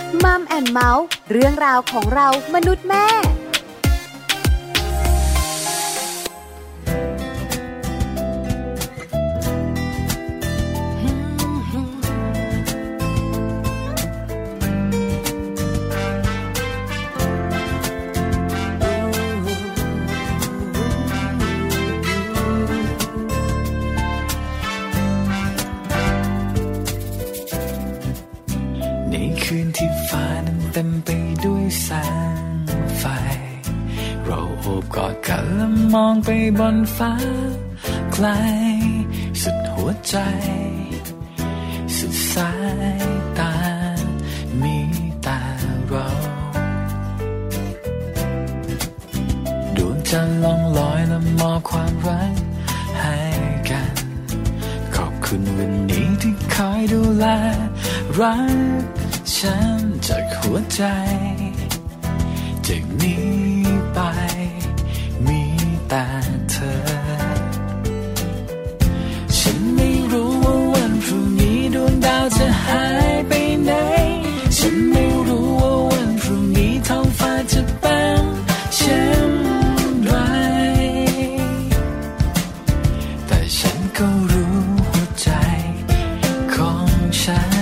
มัมแอนด์เมาส์เรื่องราวของเรามนุษย์แม่คืนที่ฟ้านั้นเต็มไปด้วยแสงไฟเราโอบกอดกันและมองไปบนฟ้าไกลสุดหัวใจสุดสายตามีแต่เราดวงจันทร์ล่องลอยและมอบความรักให้กันขอบคุณวันนี้ที่คอยดูแลรักฉันจากหัวใจจากนี้ไปมีแต่เธอฉันไม่รู้ว่าวันพรุ่งนี้ดวงดาวจะหายไปไหนฉันไม่รู้ว่าวันพรุ่งนี้ท้องฟ้าจะเป็นเช่นไรแต่ฉันก็รู้หัวใจของฉัน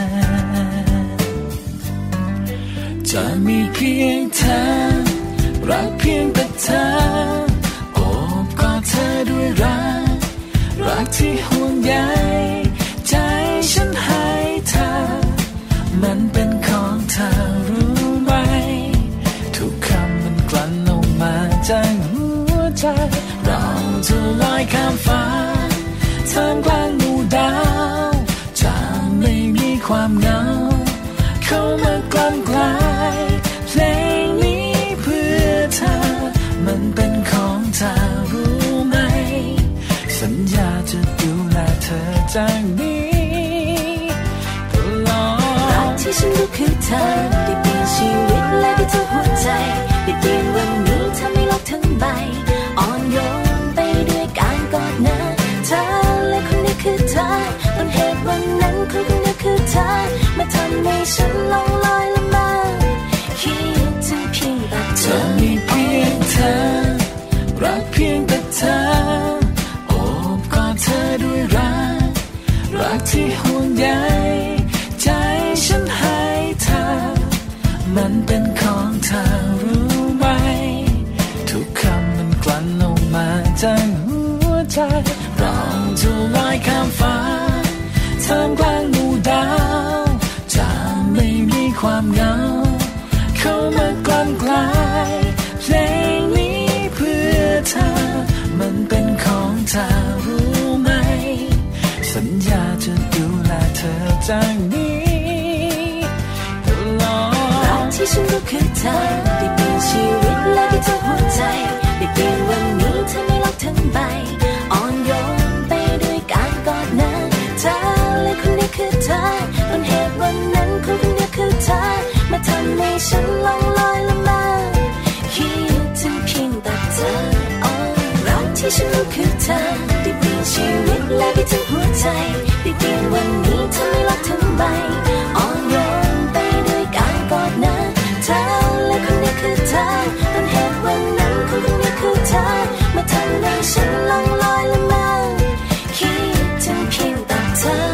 จะมีเพียงเธอรักเพียงแต่เธอโอบกอดเธอด้วยรักที่ห่วงใยใจฉันให้เธอมันเป็นของเธอรู้ไหมทุกคำมันกลั่นออกมาจากหัวใจเราจะลอยข้ามฟ้าท่ามกลางหมู่ดาวจะไม่มีความเหงาเข้ามากลั่นกลายเพลงนี้เพื่อเธอมันเป็นของเธอรู้ไหมสัญญาจะดูแลเธอจากนี้ตลอดรักที่ฉันรู้คือเธอได้เปลี่ยนชีวิตและได้ทั้งหัวใจได้เปลี่ยนวันนี้ทำให้โลกทั้งใบอ่อนโยนไปด้วยการกอดนะเธอและคนนี้คือเธอต้นเหตุวันนั้นคนนี้คือเธอมาทำให้ฉันลองลอยละมาคิดถึงเพียงแต่เธอมีเพียงเธอรักเพียงแต่เธอโอบกอดเธอด้วยรักที่ห่วงใยใจฉันให้เธอมันเป็นของเธอรู้ไหมทุกคำมันกลั่นออกมาจากหัวใจเราจะลอยข้ามฟ้าท่ามกลางหมู่ดาวจะไม่มีความเหงาเข้ามากลั่นกลายเพลงนี้เพื่อเธอมันเป็นของเธอรู้ไหมสัญญาจะดูแลเธอจากนี้ตลอดรักที่ฉันรู้คือเธอได้เปลี่ยนชีวิตและได้ทั้งหัวใจได้เปลี่ยนวันนี้ทำให้โลกทั้งใบอ่อนโยนไปด้วยการกอดนะเธอและคนนี้คือเธอต้นเหตุวันนั้นคนนี้คือเธอมาทำให้ฉันลองลอยละมาคิดถึงเพียงแต่เธอรักที่ฉันรู้คือเธอได้เปลี่ยนชีวิตและได้ทั้งหัวใจได้เปลี่ยนวันนี้ทำให้โลกทั้งใบอ่อนโยนไปด้วยการกอดนะเธอและคนนี้คือเธอต้นเหตุวันนั้นคนนี้คือเธอมาทำให้ฉันลองลอยละมาคิดถึงเพียงแต่เธอ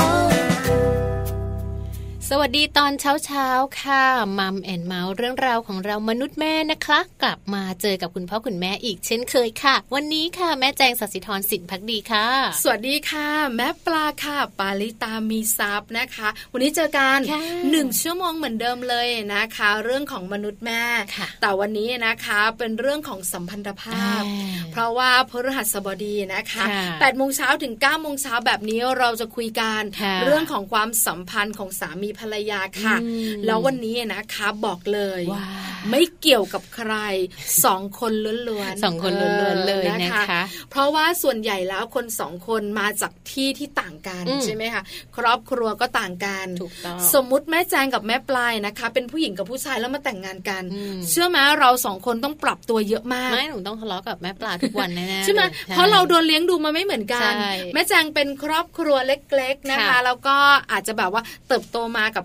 สวัสดีตอนเช้าๆค่ะมัมแอนด์เมาส์เรื่องราวของเรามนุษย์แม่นะคะกลับมาเจอกับคุณพ่อคุณแม่อีกเช่นเคยค่ะวันนี้ค่ะแม่แจงศศิธรสินภักดีค่ะสวัสดีค่ะแม่ปลาค่ะปาลิตามีซับนะคะวันนี้เจอกัน1 ชั่วโมงเหมือนเดิมเลยนะคะเรื่องของมนุษย์แม่แต่วันนี้นะคะเป็นเรื่องของสัมพันธภาพเพราะว่าพฤหัสบดีนะคะ8 โมงเช้าถึง 9 โมงเช้าแบบนี้เราจะคุยกันเรื่องของความสัมพันธ์ของสามีภรรยาค่ะแล้ววันนี้นะคะบอกเลยไม่เกี่ยวกับใคร2 คนล้วนๆ2 คนล้วนๆเลยนะคะเพราะว่าส่วนใหญ่แล้วคน2 คนมาจากที่ที่ต่างกันใช่ไหมคะครอบครัวก็ต่างกันสมมุติแม่แจงกับแม่ปลายนะคะเป็นผู้หญิงกับผู้ชายแล้วมาแต่งงานกันเชื่อไหมเรา2 คนต้องปรับตัวเยอะมากไม่หนูต้องทะเลาะกับแม่ปลาทุกวันแน่ๆใช่ไหมเพราะเราโดนเลี้ยงดูมาไม่เหมือนกันแม่แจงเป็นครอบครัวเล็กๆนะคะแล้วก็อาจจะแบบว่าเติบโตมากับการดูแล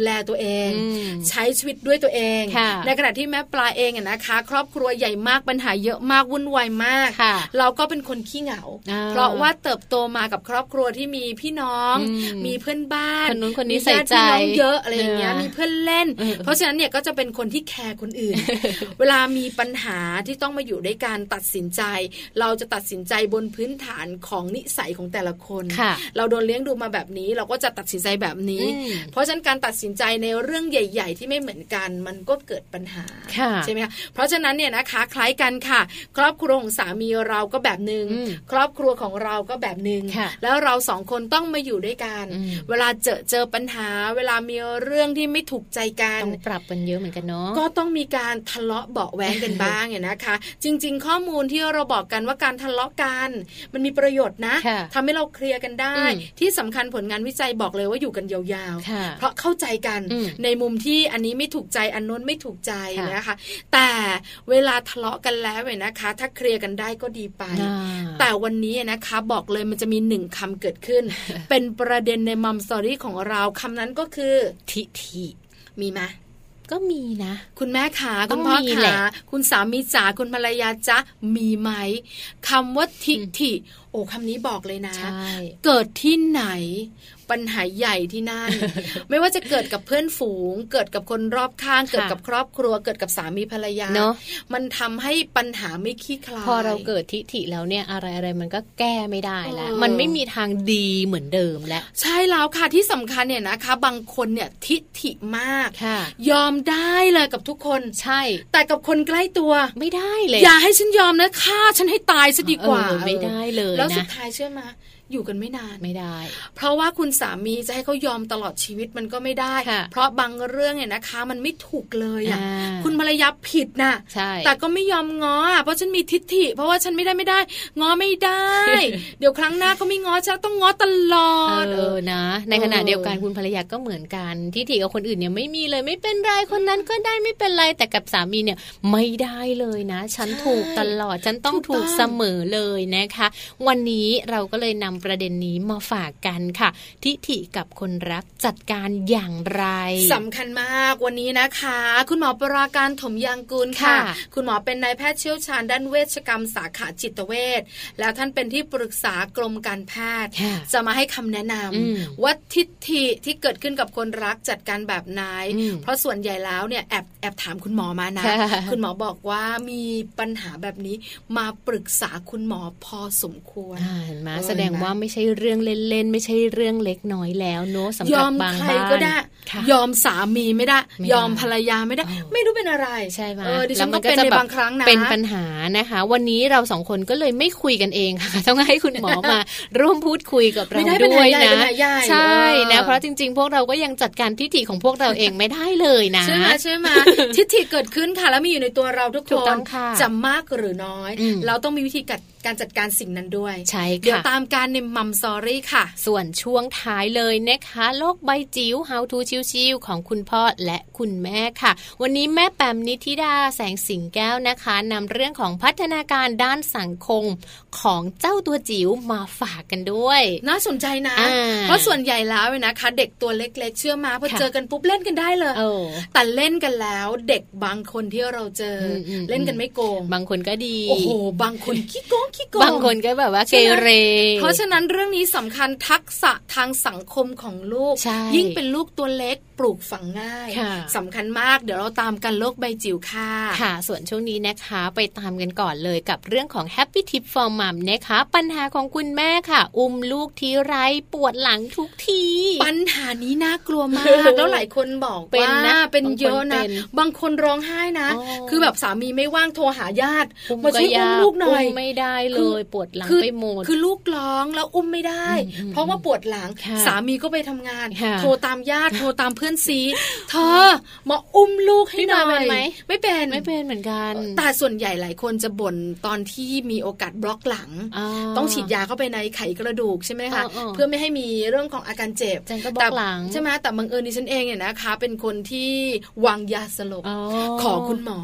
แลตัวเองใช้ชีวิตด้วยตัวเองในขณะที่แม่ปลาเองนะคะครอบครัวใหญ่มากปัญหาเยอะมากวุ่นวายมากเราก็เป็นคนขี้เหงาเพราะว่าเติบโตมากับครอบครัวที่มีพี่น้องมีเพื่อนบ้านคนนู้นคนนี้ใส่ใจเยอะอะไรอย่างเงี้ยมีเพื่อนเล่นเพราะฉะนั้นเนี่ยก็จะเป็นคนที่แคร์คนอื่น เวลามีปัญหาที่ต้องมาอยู่ด้วยการตัดสินใจเราจะตัดสินใจบนพื้นฐานของนิสัยของแต่ละคนเราโดนเลี้ยงดูมาแบบนี้เราก็จะตัดสินใจแบบนี้เพราะฉะนั้นการตัดสินใจในเรื่องใหญ่ๆที่ไม่เหมือนกันมันก็เกิดปัญหาใช่ไหมคะเพราะฉะนั้นเนี่ยนะคะคล้ายกันค่ะครอบครัวของสามีเราก็แบบนึงครอบครัวของเราก็แบบนึงแล้วเราสองคนต้องมาอยู่ด้วยกันเวลาเจอปัญหาเวลามีเรื่องที่ไม่ถูกใจกันต้องปรับกันเยอะเหมือนกันเนาะก็ต้องมีการทะเลาะเบาะแว้งกันบ้างเนี่ยนะคะจริงๆข้อมูลที่เราบอกกันว่าการทะเลาะกันมันมีประโยชน์นะทำให้เราเคลียร์กันได้ที่สำคัญผลงานวิจัยบอกเลยว่าอยู่กันยาวๆเพราะเข้าใจกันในมุมที่อันนี้ไม่ถูกใจอันโน้นไม่ถูกใจนะคะแต่เวลาทะเลาะกันแล้วเนี่ยนะคะถ้าเคลียร์กันได้ก็ดีไปแต่วันนี้นะคะบอกเลยมันจะมี1คำเกิดขึ้น เป็นประเด็นในมัมสตอรี่ของเราคำนั้นก็คือทิฐิมีไหมก็มีนะคุณแม่ขาคุณพ่อขาคุณสามีจ๋าคุณภรรยาจ๊ะมีไหมคำว่าทิฐิโอ้คำนี้บอกเลยนะเกิดที่ไหนปัญหาใหญ่ที่นั่น ไม่ว่าจะเกิดกับเพื่อนฝูงเกิดกับคนรอบข้างเกิดกับครอบครัวเกิดกับสามีภรรยาเนาะมันทำให้ปัญหาไม่คลี่คลายพอเราเกิดทิฐิแล้วเนี่ยอะไรมันก็แก้ไม่ได้แล้วมันไม่มีทางดีเหมือนเดิมแล้วใช่แล้วค่ะที่สำคัญเนี่ยนะคะบางคนเนี่ยทิฐิมากยอมได้เลยกับทุกคนใช่แต่กับคนใกล้ตัวไม่ได้เลยอย่าให้ฉันยอมนะฆ่าฉันให้ตายซะดีกว่าไม่ได้เลยนะแล้วสุดท้ายเชื่อมั้ยอยู่กันไม่นานไม่ได้เพราะว่าคุณสามีจะให้เขายอมตลอดชีวิตมันก็ไม่ได้เพราะบางเรื่องเนี่ยนะคะมันไม่ถูกเลยอ่ะคุณภรรยาผิดน่ะแต่ก็ไม่ยอมง้อเพราะฉันมีทิฐิเพราะว่าฉันไม่ได้ง้อไม่ได้ เดี๋ยวครั้งหน้าก็ไม่ง้อฉันต้องง้อตลอดนะในขณะเดียวกันคุณภรรยาก็เหมือนกันทิฐิกับคนอื่นเนี่ยไม่มีเลยไม่เป็นไรคนนั้นก็ได้ไม่เป็นไรแต่กับสามีเนี่ยไม่ได้เลยนะฉันถูกตลอดฉันต้องถูกเสมอเลยนะคะวันนี้เราก็เลยนำประเด็นนี้มาฝากกันค่ะทิฐิกับคนรักจัดการอย่างไรสำคัญมากวันนี้นะคะคุณหมอปราการถมยางกูลค่ะคุณหมอเป็นนายแพทย์เชี่ยวชาญด้านเวชกรรมสาขาจิตเวชแล้วท่านเป็นที่ปรึกษากรมการแพทย์จะมาให้คำแนะนำว่าทิฐิที่เกิดขึ้นกับคนรักจัดการแบบไหนเพราะส่วนใหญ่แล้วเนี่ยแอบถามคุณหมอมานะคุณหมอบอกว่ามีปัญหาแบบนี้มาปรึกษาคุณหมอพอสมควรเห็นไหมแสดงว่าไม่ใช่เรื่องเล่นๆไม่ใช่เรื่องเล็กน้อยแล้วเนอะสำหรับบางบ้านยอมใครก็ได้ยอมสามีไม่ได้ยอมภรรยาไม่ได้ไม่รู้เป็นอะไรใช่ไหมดิฉันก็เป็นในบางครั้งนะเป็นปัญหานะคะวันนี้เราสองคนก็เลยไม่คุยกันเองค่ะต้องให้คุณหมอมาร่วมพูดคุยกับเราด้วยนะใช่นะเพราะจริงๆพวกเราก็ยังจัดการทิฐิของพวกเราเองไม่ได้เลยนะใช่ไหมทิฐิเกิดขึ้นค่ะแล้วมีอยู่ในตัวเราทุกคนจะมากหรือน้อยเราต้องมีวิธีการจัดการสิ่งนั้นด้วยใช่ค่ะเดี๋ยวตามการในมัมซอรี่ค่ะส่วนช่วงท้ายเลยนะคะโลกใบจิ๋ว How to ชิวๆของคุณพ่อและคุณแม่ค่ะวันนี้แม่แปมนิธิดาแสงสิงแก้วนะคะนำเรื่องของพัฒนาการด้านสังคมของเจ้าตัวจิ๋วมาฝากกันด้วยน่าสนใจนะเพราะส่วนใหญ่แล้วนะคะเด็กตัวเล็กๆเชื่อมาพอเจอกันปุ๊บเล่นกันได้เลยแต่เล่นกันแล้วเด็กบางคนที่เราเจอเล่นกันไม่โกงบางคนก็ดีโอ้โหบางคนขี้โกงบางคนก็แบบว่าเกเรเพราะฉะนั้นเรื่องนี้สำคัญทักษะทางสังคมของลูกยิ่งเป็นลูกตัวเล็กปลูกฝังง่ายสำคัญมากเดี๋ยวเราตามกันโลกใบจิ๋วค่ะค่ะส่วนช่วงนี้นะคะไปตามกันก่อนเลยกับเรื่องของ Happy Tip for Mom นะคะปัญหาของคุณแม่ค่ะอุ้มลูกทีไรปวดหลังทุกทีปัญหานี้น่ากลัวมาก แล้วหลายคนบอกว่าเป็นเยอะนะบางคนร้องไห้นะคือแบบสามีไม่ว่างโทรหาญาติมาช่วยอุ้มลูกหน่อยไม่ได้เลยปวดหลังไปหมดคือลูกร้องแล้วอุ้มไม่ได้เพราะว่าปวดหลังสามีก็ไปทำงานโทรตามญาติโทรตามเพื่อนซีเธอมาอุ้มลูกให้หน่อยไม่เป็นเหมือนกันแต่ส่วนใหญ่หลายคนจะบ่นตอนที่มีโอกาสบล็อกหลังต้องฉีดยาเข้าไปในไขกระดูกใช่ไหมคะเพื่อไม่ให้มีเรื่องของอาการเจ็บแต่ใช่ไหมแต่บังเอิญดิฉันเองเนี่ยนะคะเป็นคนที่วางยาสลบขอคุณหมอ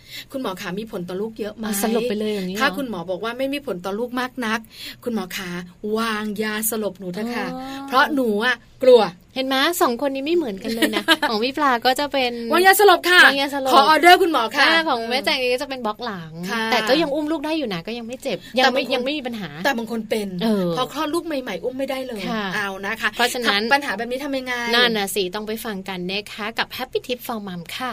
คุณหมอขามีผลต่อลูกเยอะไหมสลบไปเลยอย่างนี้ถ้าคุณหมอบอกว่าไม่มีผลต่อลูกมากนักคุณหมอขาวางยาสลบหนูเถอะค่ะเพราะหนูอ่ะกลัวเห็นไหม2 คนนี้ไม่เหมือนกันเลยนะ ของพี่ปลาก็จะเป็นวางยาสลบค่ะขอออเดอร์คุณหมอค่ะของแม่แจงก็จะเป็นบล็อกหลังแต่ก็ยังอุ้มลูกได้อยู่นะก็ยังไม่เจ็บยังไม่มีปัญหาแต่บางคนเป็นพอคลอดลูกใหม่ๆอุ้มไม่ได้เลยเอานะคะเพราะฉะนั้นปัญหาแบบนี้ทำยังไงนั่นน่ะสิต้องไปฟังกันนะคะกับ Happy Tip for Mom ค่ะ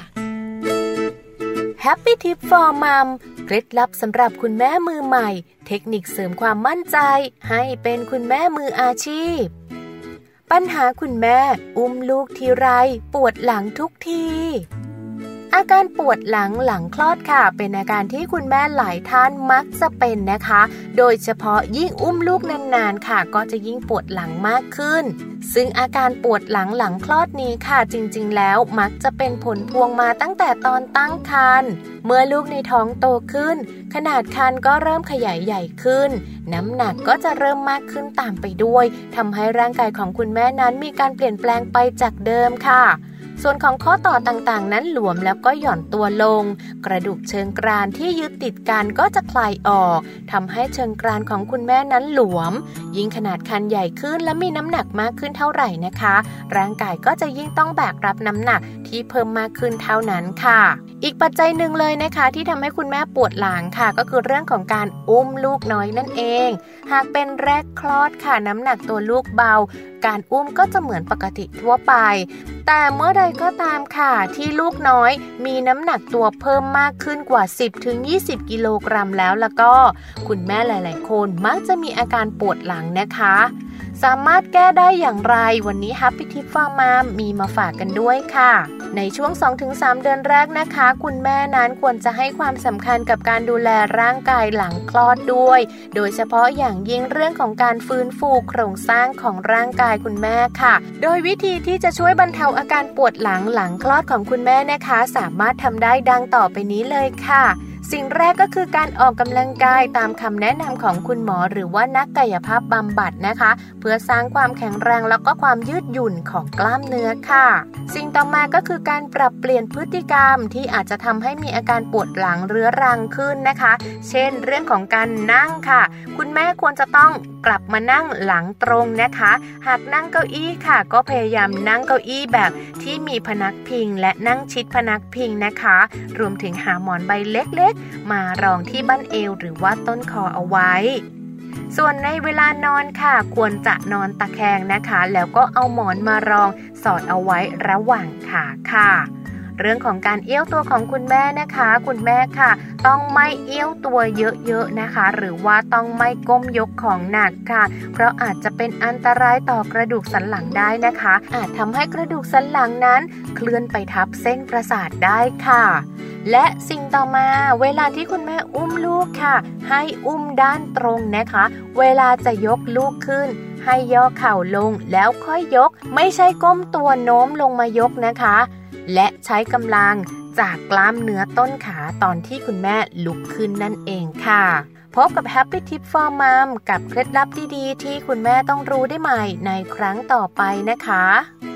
Happy Tip for Mom เคล็ดลับสำหรับคุณแม่มือใหม่เทคนิคเสริมความมั่นใจให้เป็นคุณแม่มืออาชีพปัญหาคุณแม่อุ้มลูกทีไรปวดหลังทุกทีอาการปวดหลังคลอดค่ะเป็นอาการที่คุณแม่หลายท่านมักจะเป็นนะคะโดยเฉพาะยิ่งอุ้มลูกนานๆค่ะก็จะยิ่งปวดหลังมากขึ้นซึ่งอาการปวดหลังคลอดนี้ค่ะจริงๆแล้วมักจะเป็นผลพวงมาตั้งแต่ตอนตั้งครรภ์เมื่อลูกในท้องโตขึ้นขนาดครรภ์ก็เริ่มขยายใหญ่ขึ้นน้ำหนักก็จะเริ่มมากขึ้นตามไปด้วยทำให้ร่างกายของคุณแม่นั้นมีการเปลี่ยนแปลงไปจากเดิมค่ะส่วนของข้อต่อต่างๆนั้นหลวมแล้วก็หย่อนตัวลงกระดูกเชิงกรานที่ยึดติดกันก็จะคลายออกทำให้เชิงกรานของคุณแม่นั้นหลวมยิ่งขนาดครรภ์ใหญ่ขึ้นและมีน้ำหนักมากขึ้นเท่าไหร่นะคะร่างกายก็จะยิ่งต้องแบกรับน้ำหนักที่เพิ่มมากขึ้นเท่านั้นค่ะอีกปัจจัยหนึ่งเลยนะคะที่ทำให้คุณแม่ปวดหลังค่ะก็คือเรื่องของการอุ้มลูกน้อยนั่นเองหากเป็นแรกคลอดค่ะน้ำหนักตัวลูกเบาการอุ้มก็จะเหมือนปกติทั่วไปแต่เมื่อใดก็ตามค่ะที่ลูกน้อยมีน้ำหนักตัวเพิ่มมากขึ้นกว่า 10-20 กิโลกรัมแล้วก็คุณแม่หลายๆคนมักจะมีอาการปวดหลังนะคะสามารถแก้ได้อย่างไรวันนี้ Happy Tip for Mom มีมาฝากกันด้วยค่ะในช่วง 2-3 เดือนแรกนะคะคุณแม่นั้นควรจะให้ความสำคัญกับการดูแลร่างกายหลังคลอดด้วยโดยเฉพาะอย่างยิ่งเรื่องของการฟื้นฟูโครงสร้างของร่างกายคุณแม่ค่ะโดยวิธีที่จะช่วยบรรเทาอาการปวดหลังคลอดของคุณแม่นะคะสามารถทำได้ดังต่อไปนี้เลยค่ะสิ่งแรกก็คือการออกกำลังกายตามคำแนะนำของคุณหมอหรือว่านักกายภาพบำบัดนะคะเพื่อสร้างความแข็งแรงแล้วก็ความยืดหยุ่นของกล้ามเนื้อค่ะสิ่งต่อมาก็คือการปรับเปลี่ยนพฤติกรรมที่อาจจะทำให้มีอาการปวดหลังเรื้อรังขึ้นนะคะเช่นเรื่องของการนั่งค่ะคุณแม่ควรจะต้องกลับมานั่งหลังตรงนะคะหากนั่งเก้าอี้ค่ะก็พยายามนั่งเก้าอี้แบบที่มีพนักพิงและนั่งชิดพนักพิงนะคะรวมถึงหาหมอนใบเล็กๆมารองที่บั้นเอวหรือว่าต้นคอเอาไว้ส่วนในเวลานอนค่ะควรจะนอนตะแคงนะคะแล้วก็เอาหมอนมารองสอดเอาไว้ระหว่างขาค่ะเรื่องของการเอี้ยวตัวของคุณแม่นะคะคุณแม่ค่ะต้องไม่เอี้ยวตัวเยอะๆนะคะหรือว่าต้องไม่ก้มยกของหนักค่ะเพราะอาจจะเป็นอันตรายต่อกระดูกสันหลังได้นะคะอาจทำให้กระดูกสันหลังนั้นเคลื่อนไปทับเส้นประสาทได้ค่ะและสิ่งต่อมาเวลาที่คุณแม่อุ้มลูกค่ะให้อุ้มด้านตรงนะคะเวลาจะยกลูกขึ้นให้ย่อเข่าลงแล้วค่อยยกไม่ใช่ก้มตัวโน้มลงมายกนะคะและใช้กำลังจากกล้ามเนื้อต้นขาตอนที่คุณแม่ลุกขึ้นนั่นเองค่ะพบกับ Happy Tip for Mom กับเคล็ดลับดีๆที่คุณแม่ต้องรู้ได้ใหม่ในครั้งต่อไปนะคะ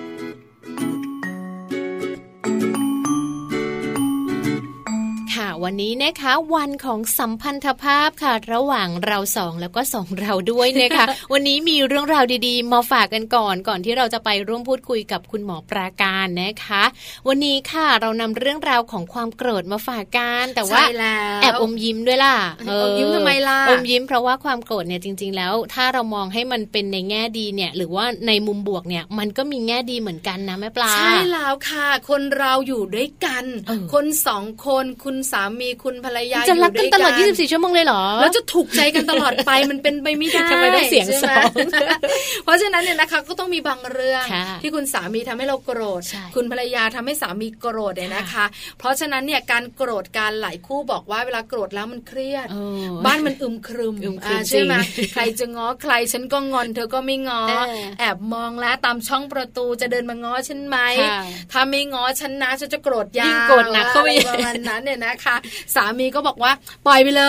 วันนี้นะคะวันของสัมพันธภาพค่ะระหว่างเราสองแล้วก็สองเราด้วยนะคะ วันนี้มีเรื่องราวดีๆมาฝากกันก่อนที่เราจะไปร่วมพูดคุยกับคุณหมอปราการนะคะวันนี้ค่ะเรานำเรื่องราวของความโกรธมาฝากกันแต่ว่าแอบอมยิ้มด้วยล่ะอมยิ้มทำไมล่ะอมยิ้มเพราะว่าความโกรธเนี่ยจริงๆแล้วถ้าเรามองให้มันเป็นในแง่ดีเนี่ยหรือว่าในมุมบวกเนี่ยมันก็มีแง่ดีเหมือนกันนะแม่ปลาใช่แล้วค่ะคนเราอยู่ด้วยกันคนสองคนคุณสามีคุณภรรยาจะรักกันตลอด24ชั่วโมงเลยเหรอแล้วจะถูกใจกันตลอดไปมันเป็นไปไม่ได้ทำไมต้องเสียงสองเพราะฉะนั้นเนี่ยนะคะก็ต้องมีบางเรื่องที่คุณสามีทำให้เราโกรธคุณภรรยาทำให้สามีโกรธเนี่ยนะคะเพราะฉะนั้นเนี่ยการโกรธการหลายคู่บอกว่าเวลาโกรธแล้วมันเครียดบ้านมันอึมครึมใช่ไหมใครจะง้อใครฉันก็งอนเธอก็ไม่ง้อแอบมองแล้วตามช่องประตูจะเดินมาง้อฉันไหมถ้าไม่ง้อฉันนะฉันจะโกรธยาวโกรธหนักเข้าไปประมาณนั้นเนี่ยนะคะสามีก็บอกว่าปล่อยไปเลย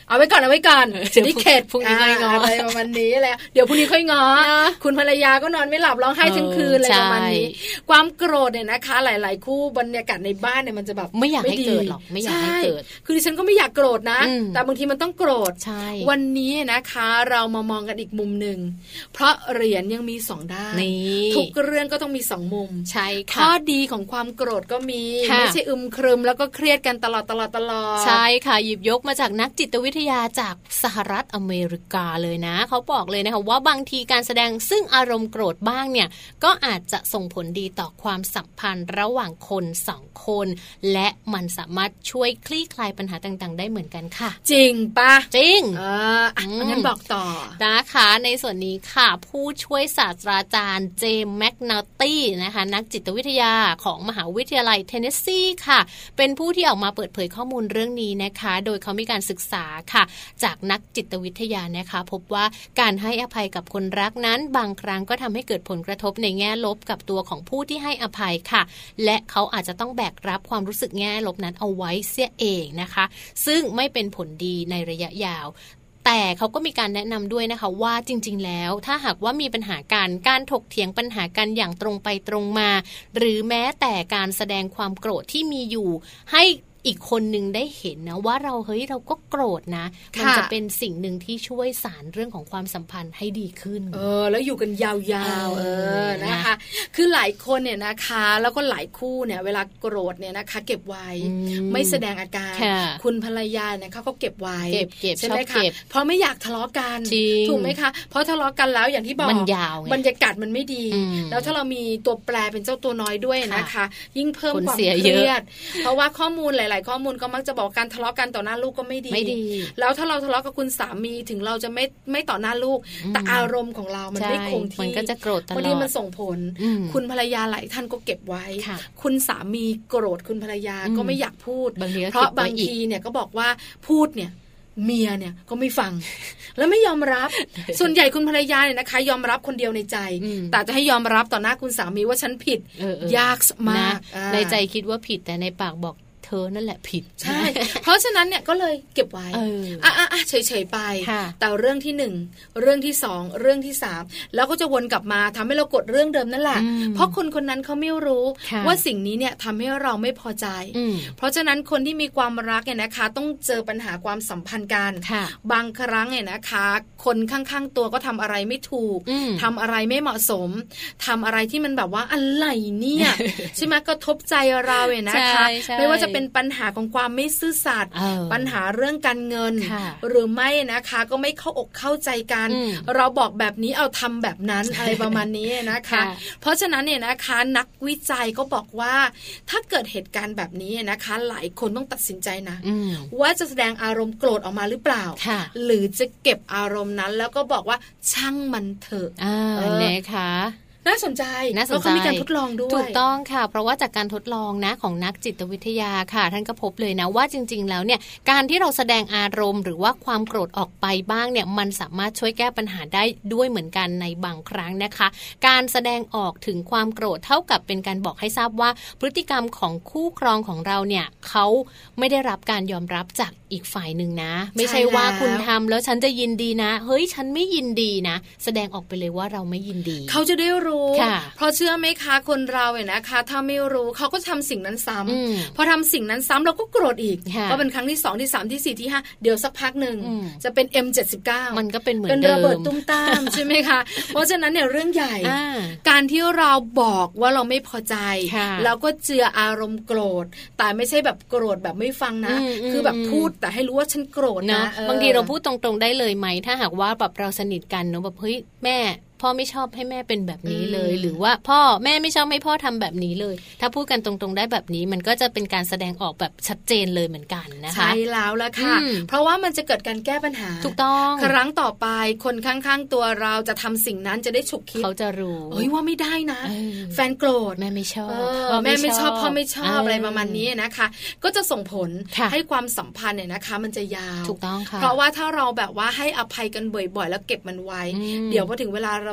เอาไว้ก่อนจะได้เข็ดพรุ่งนี้ค่อยง้ออะไรประมาณนี้แหละเดี๋ยวพรุ่งนี้ค่อยง้อคุณภรรยาก็นอนไม่หลับร้องไห้ทั้งคืนอะไรประมาณนี้ความโกรธเนี่ยนะคะหลายๆคู่บรรยากาศในบ้านเนี่ยมันจะแบบไม่อยากให้เกิดหรอกไม่อยากให้เกิดคือดิฉันก็ไม่อยากโกรธนะแต่บางทีมันต้องโกรธวันนี้นะคะเรามามองกันอีกมุมนึงเพราะเหรียญยังมี2ด้านทุกเรื่องก็ต้องมี2มุมใช่ค่ะข้อดีของความโกรธก็มีไม่ใช่อึมครึมแล้วก็เครียดกันตลอดใช่ค่ะหยิบยกมาจากนักจิตวิทยาจากสหรัฐอเมริกาเลยนะเขาบอกเลยนะคะว่าบางทีการแสดงซึ่งอารมณ์โกรธบ้างเนี่ยก็อาจจะส่งผลดีต่อความสัมพันธ์ระหว่างคน2คนและมันสามารถช่วยคลี่คลายปัญหาต่างๆได้เหมือนกันค่ะจริงปะจริงงั้นบอกต่อนะคะในส่วนนี้ค่ะผู้ช่วยศาสตราจารย์เจมส์แมคนาตี้นะคะนักจิตวิทยาของมหาวิทยาลัยเทนเนสซีค่ะเป็นผู้ที่ออกมาเปิดเผยข้อมูลเรื่องนี้นะคะโดยเขามีการศึกษาค่ะจากนักจิตวิทยานะคะพบว่าการให้อภัยกับคนรักนั้นบางครั้งก็ทำให้เกิดผลกระทบในแง่ลบกับตัวของผู้ที่ให้อภัยค่ะและเขาอาจจะต้องแบกรับความรู้สึกแง่ลบนั้นเอาไว้เสียเองนะคะซึ่งไม่เป็นผลดีในระยะยาวแต่เขาก็มีการแนะนำด้วยนะคะว่าจริงๆแล้วถ้าหากว่ามีปัญหาการถกเถียงปัญหากันอย่างตรงไปตรงมาหรือแม้แต่การแสดงความโกรธที่มีอยู่ให้อีกคนนึงได้เห็นนะว่าเราก็โกรธนะมันจะเป็นสิ่งหนึ่งที่ช่วยสานเรื่องของความสัมพันธ์ให้ดีขึ้นแล้วอยู่กันยาวๆนะคะคือหลายคนเนี่ยนะคะแล้วก็หลายคู่เนี่ยเวลาโกรธเนี่ยนะคะเก็บไว้ไม่แสดงอาการคุณภรรยาเนี่ยเขาก็เก็บไว้ใช่ไหมคะเพราะไม่อยากทะเลาะกันถูกไหมคะเพราะทะเลาะกันแล้วอย่างที่บอกบรรยากาศมันไม่ดีแล้วถ้าเรามีตัวแปรเป็นเจ้าตัวน้อยด้วยนะคะยิ่งเพิ่มความเครียดเพราะว่าข้อมูลหลายข้อมูลก็มักจะบอกการทะเลาะกันต่อหน้าลูกก็ไม่ดีแล้วถ้าเราทะเลาะกับคุณสามีถึงเราจะไม่ต่อหน้าลูกแต่อารมณ์ของเรามันไม่คงที่มันก็จะโกรธตลอดวันนี้มันส่งผลคุณภรรยาหลายท่านก็เก็บไว้คุณสามีโกรธคุณภรรยาก็ไม่อยากพูดเพราะบางทีเนี่ยก็บอกว่าพูดเนี่ยเมียเนี่ยก็ไม่ฟังแล้วไม่ยอมรับส่วนใหญ่คุณภรรยาเนี่ยนะคะยอมรับคนเดียวในใจแต่จะให้ยอมรับต่อหน้าคุณสามีว่าฉันผิดยากมากในใจคิดว่าผิดแต่ในปากบอกเธอนั่นแหละผิดใช่เพราะฉะนั้นเนี่ยก็เลยเก็บไว้เฉยๆไปแต่เรื่องที่1เรื่องที่2เรื่องที่3แล้วก็จะวนกลับมาทำให้เรากดเรื่องเดิมนั่นแหละเพราะคนนั้นเขาไม่รู้ว่าสิ่งนี้เนี่ยทำให้เราไม่พอใจเพราะฉะนั้นคนที่มีความรักเนี่ยนะคะต้องเจอปัญหาความสัมพันธ์กันบางครั้งเนี่ยนะคะคนข้างๆตัวก็ทำอะไรไม่ถูกทำอะไรไม่เหมาะสมทำอะไรที่มันแบบว่าอะไรเนี่ยใช่ไหมกระทบใจเราเนี่ยนะคะไม่ว่าจะเป็นปัญหาของความไม่ซื่อสัตย์ปัญหาเรื่องการเงินหรือไม่นะคะก็ไม่เข้าอกเข้าใจกันเราบอกแบบนี้เอาทำแบบนั้นอะไรประมาณนี้นะคะเพราะฉะนั้นเนี่ยนะคะนักวิจัยก็บอกว่าถ้าเกิดเหตุการณ์แบบนี้นะคะหลายคนต้องตัดสินใจนะว่าจะแสดงอารมณ์โกรธออกมาหรือเปล่าหรือจะเก็บอารมณ์นั้นแล้วก็บอกว่าช่างมันเถอะนะคะน่าสนใจเพราะเขามีการทดลองด้วยถูกต้องค่ะเพราะว่าจากการทดลองนะของนักจิตวิทยาค่ะท่านก็พบเลยนะว่าจริงๆแล้วเนี่ยการที่เราแสดงอารมณ์หรือว่าความโกรธออกไปบ้างเนี่ยมันสามารถช่วยแก้ปัญหาได้ด้วยเหมือนกันในบางครั้งนะคะการแสดงออกถึงความโกรธเท่ากับเป็นการบอกให้ทราบว่าพฤติกรรมของคู่ครองของเราเนี่ยเขาไม่ได้รับการยอมรับจากอีกฝ่ายนึงนะไม่ใช่ว่าคุณทำแล้วฉันจะยินดีนะเฮ้ยฉันไม่ยินดีนะแสดงออกไปเลยว่าเราไม่ยินดีเขาจะได้รู้เพราะเชื่อไหมคะคนเราเนี่ยนะคะถ้าไม่รู้เขาก็ทำสิ่งนั้นซ้ำพอทำสิ่งนั้นซ้ำเราก็โกรธอีกก็เป็นครั้งที่2ที่3ที่4ที่5เดี๋ยวสักพักนึงจะเป็น M79 มันก็เป็นเหมือนเป็นระเบิดตุ้มตามใช่ไหมคะเพราะฉะนั้นเนี่ยเรื่องใหญ่การที่เราบอกว่าเราไม่พอใจแล้วก็เจืออารมณ์โกรธแต่ไม่ใช่แบบโกรธแบบไม่ฟังนะคือแบบพูดแต่ให้รู้ว่าฉันโกรธนะบางทีเราพูดตรงๆได้เลยไหมถ้าหากว่าแบบเราสนิทกันเนอะแบบเฮ้ยแม่พ่อไม่ชอบให้แม่เป็นแบบนี้เลยหรือว่าพ่อแม่ไม่ชอบให้พ่อทำแบบนี้เลยถ้าพูดกันตรงๆได้แบบนี้มันก็จะเป็นการแสดงออกแบบชัดเจนเลยเหมือนกันนะคะใช่แล้วละค่ะเพราะว่ามันจะเกิดการแก้ปัญหาถูกต้องครั้งต่อไปคนข้างๆตัวเราจะทำสิ่งนั้นจะได้ฉุกคิดเขาจะรู้ว่าไม่ได้นะแฟนโกรธแม่ไม่ชอบแม่ไม่ชอบพ่อไม่ชอบอะไรประมาณนี้นะคะก็จะส่งผลให้ความสัมพันธ์เนี่ยนะคะมันจะยาวถูกต้องค่ะเพราะว่าถ้าเราแบบว่าให้อภัยกันบ่อยๆแล้วเก็บมันไว้เดี๋ยวพอถึงเวลาระ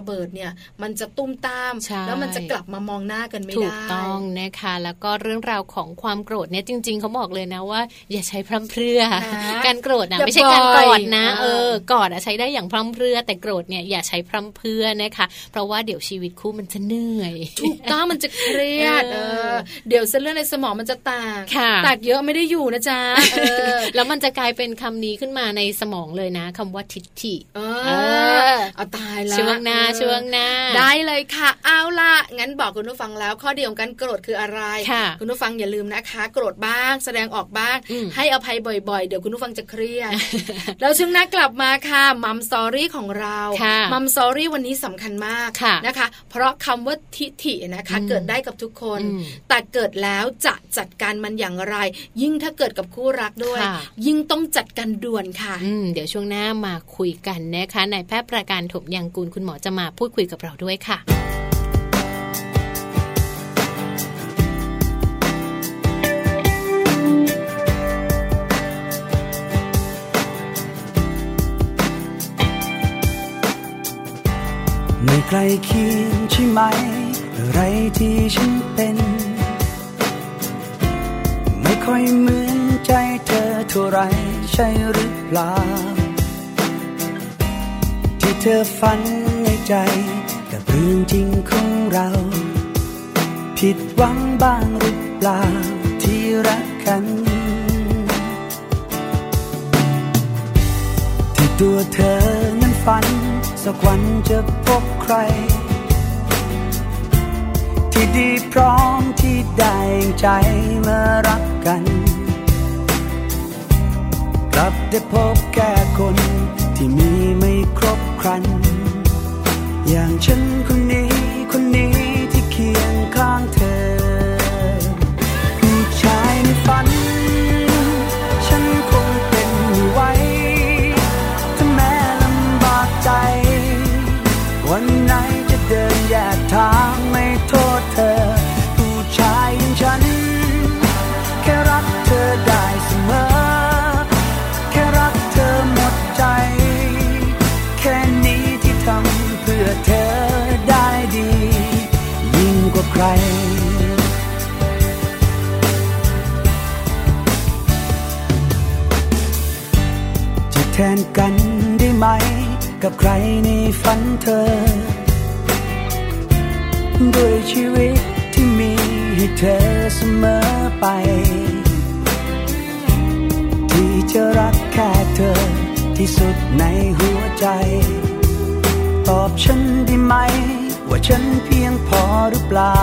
ระเบิดเนี่ยมันจะตุ้มตามแล้วมันจะกลับมามองหน้ากันไม่ได้ถูกต้องนะคะแล้วก็เรื่องราวของความโกรธเนี่ยจริงๆเขาบอกเลยนะว่าอย่าใช้พร่ำเพรื่อการโกรธนะไม่ใช่การกอดนะกอดใช้ได้อย่างพร่ำเพรื่อแต่โกรธเนี่ยอย่าใช้พร่ำเพรื่อนะคะเพราะว่าเดี๋ยวชีวิตคู่มันจะเหนื่อยถูกต้องมันจะเครียดเดี๋ยวเส้นเลือดในสมองมันจะแตกเยอะไม่ได้อยู่นะจ๊ะแล้วมันจะกลายเป็นคำนี้ขึ้นมาในสมองเลยนะคำว่าทิฏฐิเอาตายแล้วช่วงหน้าได้เลยค่ะเอาล่ะงั้นบอกคุณผู้ฟังแล้วข้อดีของการโกรธคืออะไรคุณผู้ฟังอย่าลืมนะคะโกรธบ้างแสดงออกบ้างให้อภัยบ่อยๆเดี๋ยวคุณผู้ฟังจะเครียดแล้วช่วงหน้ากลับมาค่ะมัมสตอรี่ของเรามัมสตอรี่วันนี้สำคัญมากนะคะเพราะคำว่าทิฏฐินะคะเกิดได้กับทุกคนแต่เกิดแล้วจะจัดการมันอย่างไรยิ่งถ้าเกิดกับคู่รักด้วยยิ่งต้องจัดการด่วนค่ะเดี๋ยวช่วงหน้ามาคุยกันนะคะนายแพทย์ประการถมยังกูลคุณหมอจะมาพูดคุยกับเราด้วยค่ะไม่ไกลเคียงใช่ไหมอะไรที่ฉันเป็นไม่ค่อยเหมือนใจเธอเท่าไรใช่หรือเปล่าที่เธอฝันในใจกับเรื่องจริงของเราผิดหวังบ้างหรือเปล่าที่รักกันที่ตัวเธอนั้นฝันสักวันจะพบใครที่ดีพร้อมที่ได้ใจมารักกันกลับได้พบแค่คนที่มีไม่ครบครันอย่างฉันคนนี้ที่เคียงข้างเธอผู้ชายในฝันฉันคงเป็นไม่ไหวถ้าแม้ลำบากใจวันไหนจะเดินแยกทางไม่โทษเธอผู้ชายอย่างฉันแค่รักเธอได้เสมอแค่รักเธอหมดใจแค่นี้ที่ทำเพื่อเธอได้ดียิ่งกว่าใครจะแทนกันได้ไหมกับใครในฝันเธอด้วยชีวิตที่มีให้เธอเสมอไปที่จะรักแค่เธอที่สุดในหัวใจตอบฉันได้ไหมว่าฉันเพียงพอหรือเปล่า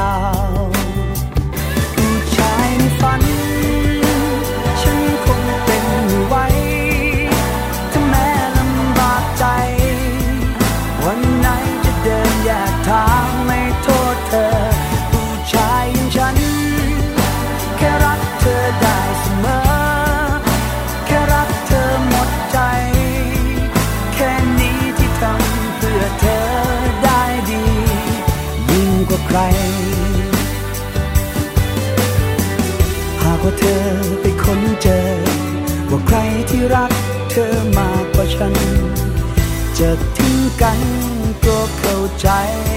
ผู้ชายในฝันฉันคงเป็นไม่ไหวถ้าแม้ลำบากใจวันไหนจะเดินแยกทางไม่โทษเธอผู้ชายอย่างฉันแค่รักเธอได้เสมอแค่รักเธอหมดใจแค่นี้ที่ทำเพื่อเธอได้ดียิ่งกว่าใครหากว่าเธอไปค้นเจอว่าใครที่รักเธอมากกว่าฉันจะทิ้งกันก็เข้าใจ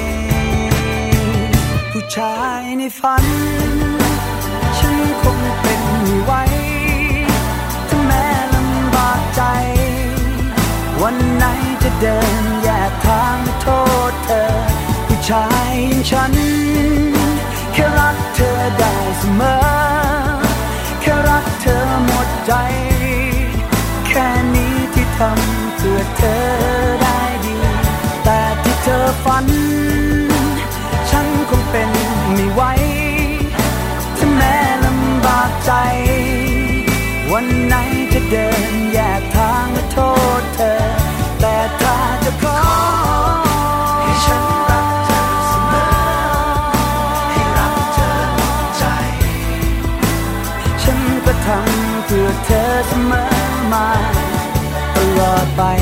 ผู้ชายในฝันฉันคงเป็นไม่ไหวถ้าแม้ลำบากใจวันไหนจะเดินแยกทางไม่โทษเธอผู้ชายอย่างฉันแค่รักเธอได้เสมอแค่รักเธอหมดใจแค่นี้ที่ทำเพื่อเธอได้ดีแต่ที่เธอฝันฉันคงเป็นไม่ไหวถ้าแม้ลำบากใจวันไหนจะเดินแยกทางและโทษเธอแต่ถ้าจะขอให้ฉันรักเธอเสมอให้รักเธอหมดใจฉันก็ทำเพื่อเธอเสมอมาตลอดไป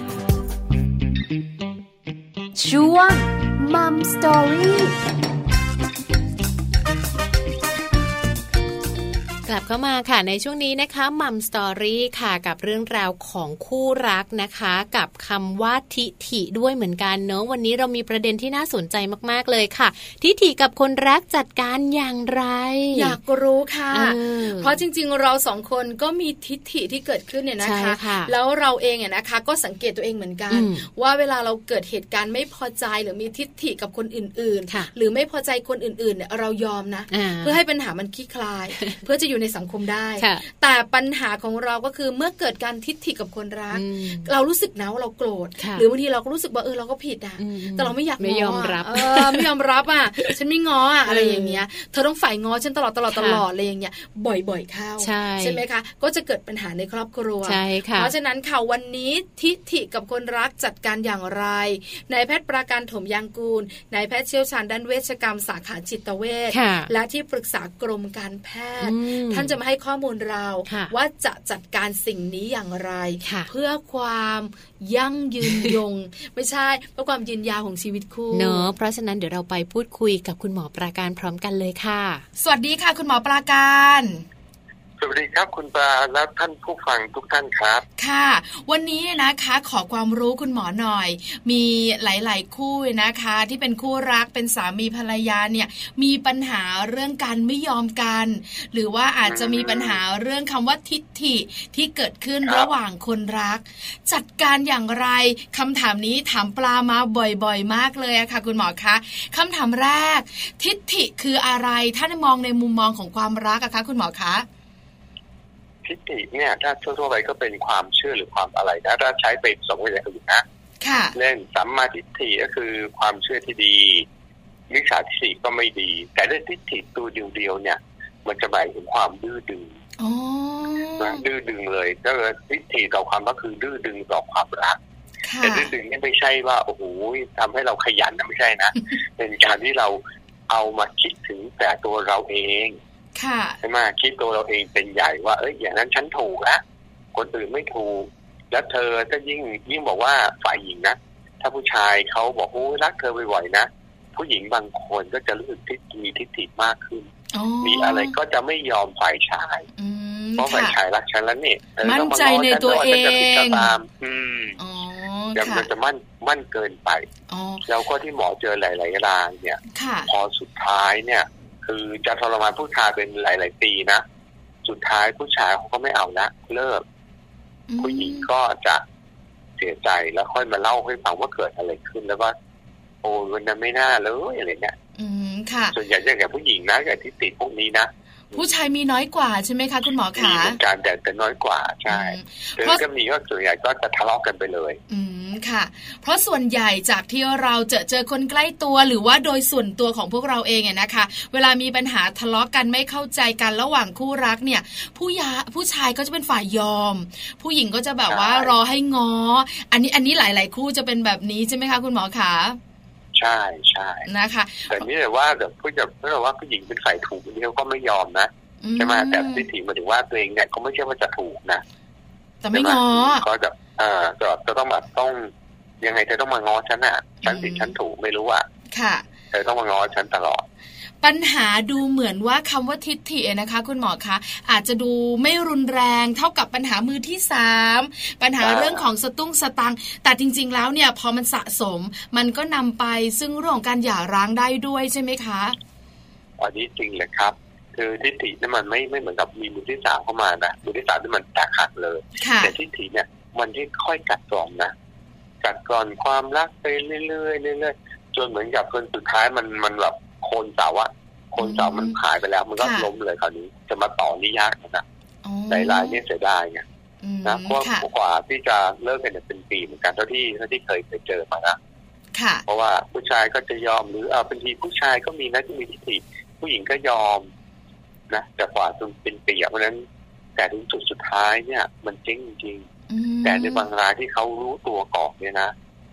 ช่วงมัมสตอรี่เข้ามาค่ะในช่วงนี้นะคะมัมสตอรี่ค่ะกับเรื่องราวของคู่รักนะคะกับคำว่าทิฐิด้วยเหมือนกันเนอะวันนี้เรามีประเด็นที่น่าสนใจมากๆเลยค่ะทิฐิกับคนรักจัดการอย่างไรอยากรู้ค่ะเพราะจริงๆเราสองคนก็มีทิฐิที่เกิดขึ้นเนี่ยนะคะแล้วเราเองเนี่ยนะคะก็สังเกตตัวเองเหมือนกันว่าเวลาเราเกิดเหตุการณ์ไม่พอใจหรือมีทิฐิกับคนอื่นๆหรือไม่พอใจคนอื่นๆเนี่ยเรายอมนะเพื่อให้ปัญหามันคลี่คลาย เพื่อจะอยู่ในสังคมได้แต่ปัญหาของเราก็คือเมื่อเกิดการทิฐิกับคนรักเรารู้สึกนะว่าเราโกรธหรือบางทีเราก็รู้สึกว่าเราก็ผิดอ่ะแต่เราไม่อยากไม่ยอมรับไม่ยอมรับอ่ะฉันไม่ง้ออ่ะอะไรอย่างเงี้ยเธอต้องฝ่ายง้อฉันตลอดอะไรอย่างเงี้ยบ่อยๆเข้าใช่ไหมคะก็จะเกิดปัญหาในครอบครัวเพราะฉะนั้นค่ะวันนี้ทิฐิกับคนรักจัดการอย่างไรนายแพทย์ปราการถมยางกูลนายแพทย์เชี่ยวชาญด้านเวชกรรมสาขาจิตเวชและที่ปรึกษากรมการแพทย์ท่านจะมาให้ข้อมูลเราว่าจะจัดการสิ่งนี้อย่างไรเพื่อความยั่งยืนยง ไม่ใช่เพื่อความยืนยาวของชีวิตคู่เนอะเพราะฉะนั้นเดี๋ยวเราไปพูดคุยกับคุณหมอปราการพร้อมกันเลยค่ะสวัสดีค่ะคุณหมอปราการสวัสดีครับคุณปาและท่านผู้ฟังทุกท่านครับค่ะวันนี้นะคะขอความรู้คุณหมอหน่อยมีหลายๆคู่นะคะที่เป็นคู่รักเป็นสามีภรรยาเนี่ยมีปัญหาเรื่องการไม่ยอมกันหรือว่าอาจจะมีปัญหาเรื่องคำว่าทิฐิที่เกิดขึ้นระหว่างคนรักจัดการอย่างไรคำถามนี้ถามปลามาบ่อยๆมากเลยอะค่ะคุณหมอคะคำถามแรกทิฐิคืออะไรถ้ามองในมุมมองของความรักอะคะคุณหมอคะทิฏฐิเนี่ยถ้าทั่วๆไปก็เป็นความเชื่อหรือความอะไรนะถ้าใช้ไปสมมติอย่างอื่นนะเล่นสัมมาทิฏฐิก็คือความเชื่อที่ดีมิจฉาทิฏฐิก็ไม่ดีแต่เรื่องทิฏฐิตัวเดียวๆเนี่ยมันจะหมายถึงความดื้อดึงนะดื้อดึงเลยก็ทิฏฐิต่อความก็คือดื้อดึงต่อความรักแต่ดื้อดึงนี่ไม่ใช่ว่าโอ้โหทำให้เราขยันนะไม่ใช่นะ เป็นการที่เราเอามาคิดถึงแต่ตัวเราเองใช่ไหมคิดตัวเราเองเป็นใหญ่ว่าอย่างนั้นฉันถูกละคนอื่นไม่ถูกแล้วเธอถ้ายิ่งบอกว่าฝ่ายหญิงนะถ้าผู้ชายเขาบอกโอ้รักเธอบ่อยๆนะผู้หญิงบางคนก็จะรู้สึกมีทิฏฐิมากขึ้นมีอะไรก็จะไม่ยอมฝ่ายชายเพราะฝ่ายชายรักฉันแล้วเนี่ยมั่นใจในตัวเองมันจะมั่นเกินไปแล้วก็ที่หมอเจอหลายๆรายเนี่ยพอสุดท้ายเนี่ยคือจะทรมานผู้ชายเป็นหลายๆปีนะสุดท้ายผู้ชายเขาก็ไม่เอาละเลิกผู้หญิงก็จะเสียใจแล้วค่อยมาเล่าให้ฟังว่าเกิดอะไรขึ้นแล้วว่าโอ้มันนั้นไม่น่าเลยอะไรเนี่ยค่ะส่วนใหญ่จะกับผู้หญิงนะกับที่ติดพวกนี้นะผู้ชายมีน้อยกว่าใช่ไหมคะคุณหมอคะมีเหมือนกันแต่น้อยกว่าใช่เพราะก็มีก็ส่วนใหญ่ก็จะทะเลาะกันไปเลยค่ะเพราะส่วนใหญ่จากที่เราเจอคนใกล้ตัวหรือว่าโดยส่วนตัวของพวกเราเองเนี่ยนะคะเวลามีปัญหาทะเลาะกันไม่เข้าใจกันระหว่างคู่รักเนี่ยผู้ชายก็จะเป็นฝ่ายยอมผู้หญิงก็จะแบบว่ารอให้ง้ออันนี้หลายๆคู่จะเป็นแบบนี้ใช่ไหมคะคุณหมอคะใช่ใช่นะคะแต่นี่แต่ว่าแบบผู้หญิงเป็นฝ่ายถูกนี่เขาก็ไม่ยอมนะใช่ไหมแต่ทิฏฐิมาถึงว่าตัวเองเนี่ยเขาไม่ใช่ว่าจะถูกนะแต่ไม่ง้อก็แบบจะต้องแบบต้องยังไงเธอต้องมาง้อฉันอ่ะฉันผิดฉันถูกไม่รู้อ่ะค่ะเธอต้องมาง้อฉันตลอดปัญหาดูเหมือนว่าคำว่าทิฏฐินะคะคุณหมอคะอาจจะดูไม่รุนแรงเท่ากับปัญหามือที่3ปัญหาเรื่องของสตุ้งสตังแต่จริงๆแล้วเนี่ยพอมันสะสมมันก็นำไปซึ่งเรื่องของการหย่าร้างได้ด้วยใช่ไหมคะอันนี้จริงเลยครับคือทิฏฐินี่มันไม่เหมือนกับมีมือที่3เข้ามานะมือที่3ที่มันแตกหักเลยแต่ทิฏฐิเนี่ยมันที่ค่อยกัดกร่อนนะกัดกร่อนความรักไปเรื่อยๆจนเหมือนกับคนสุดท้ายมันแบบโคนเสามันหายไปแล้วมันก็ล้มเลยคราวนี้จะมาต่อนี่ยากนะหลายๆนี่เสียดายไงนะเพราะกว่าที่จะเลิกกันเป็นปีเหมือนกันเท่าที่เคยเจอมานะเพราะว่าผู้ชายก็จะยอมหรือบางทีผู้ชายก็มีนะที่มีทิฏฐิผู้หญิงก็ยอมนะแต่กว่าจนเป็นปีเพราะนั้นแต่ถึงจุดสุดท้ายเนี่ยมันจริงแต่ในบางรายที่เขารู้ตัวก่อนเนี่ยนะ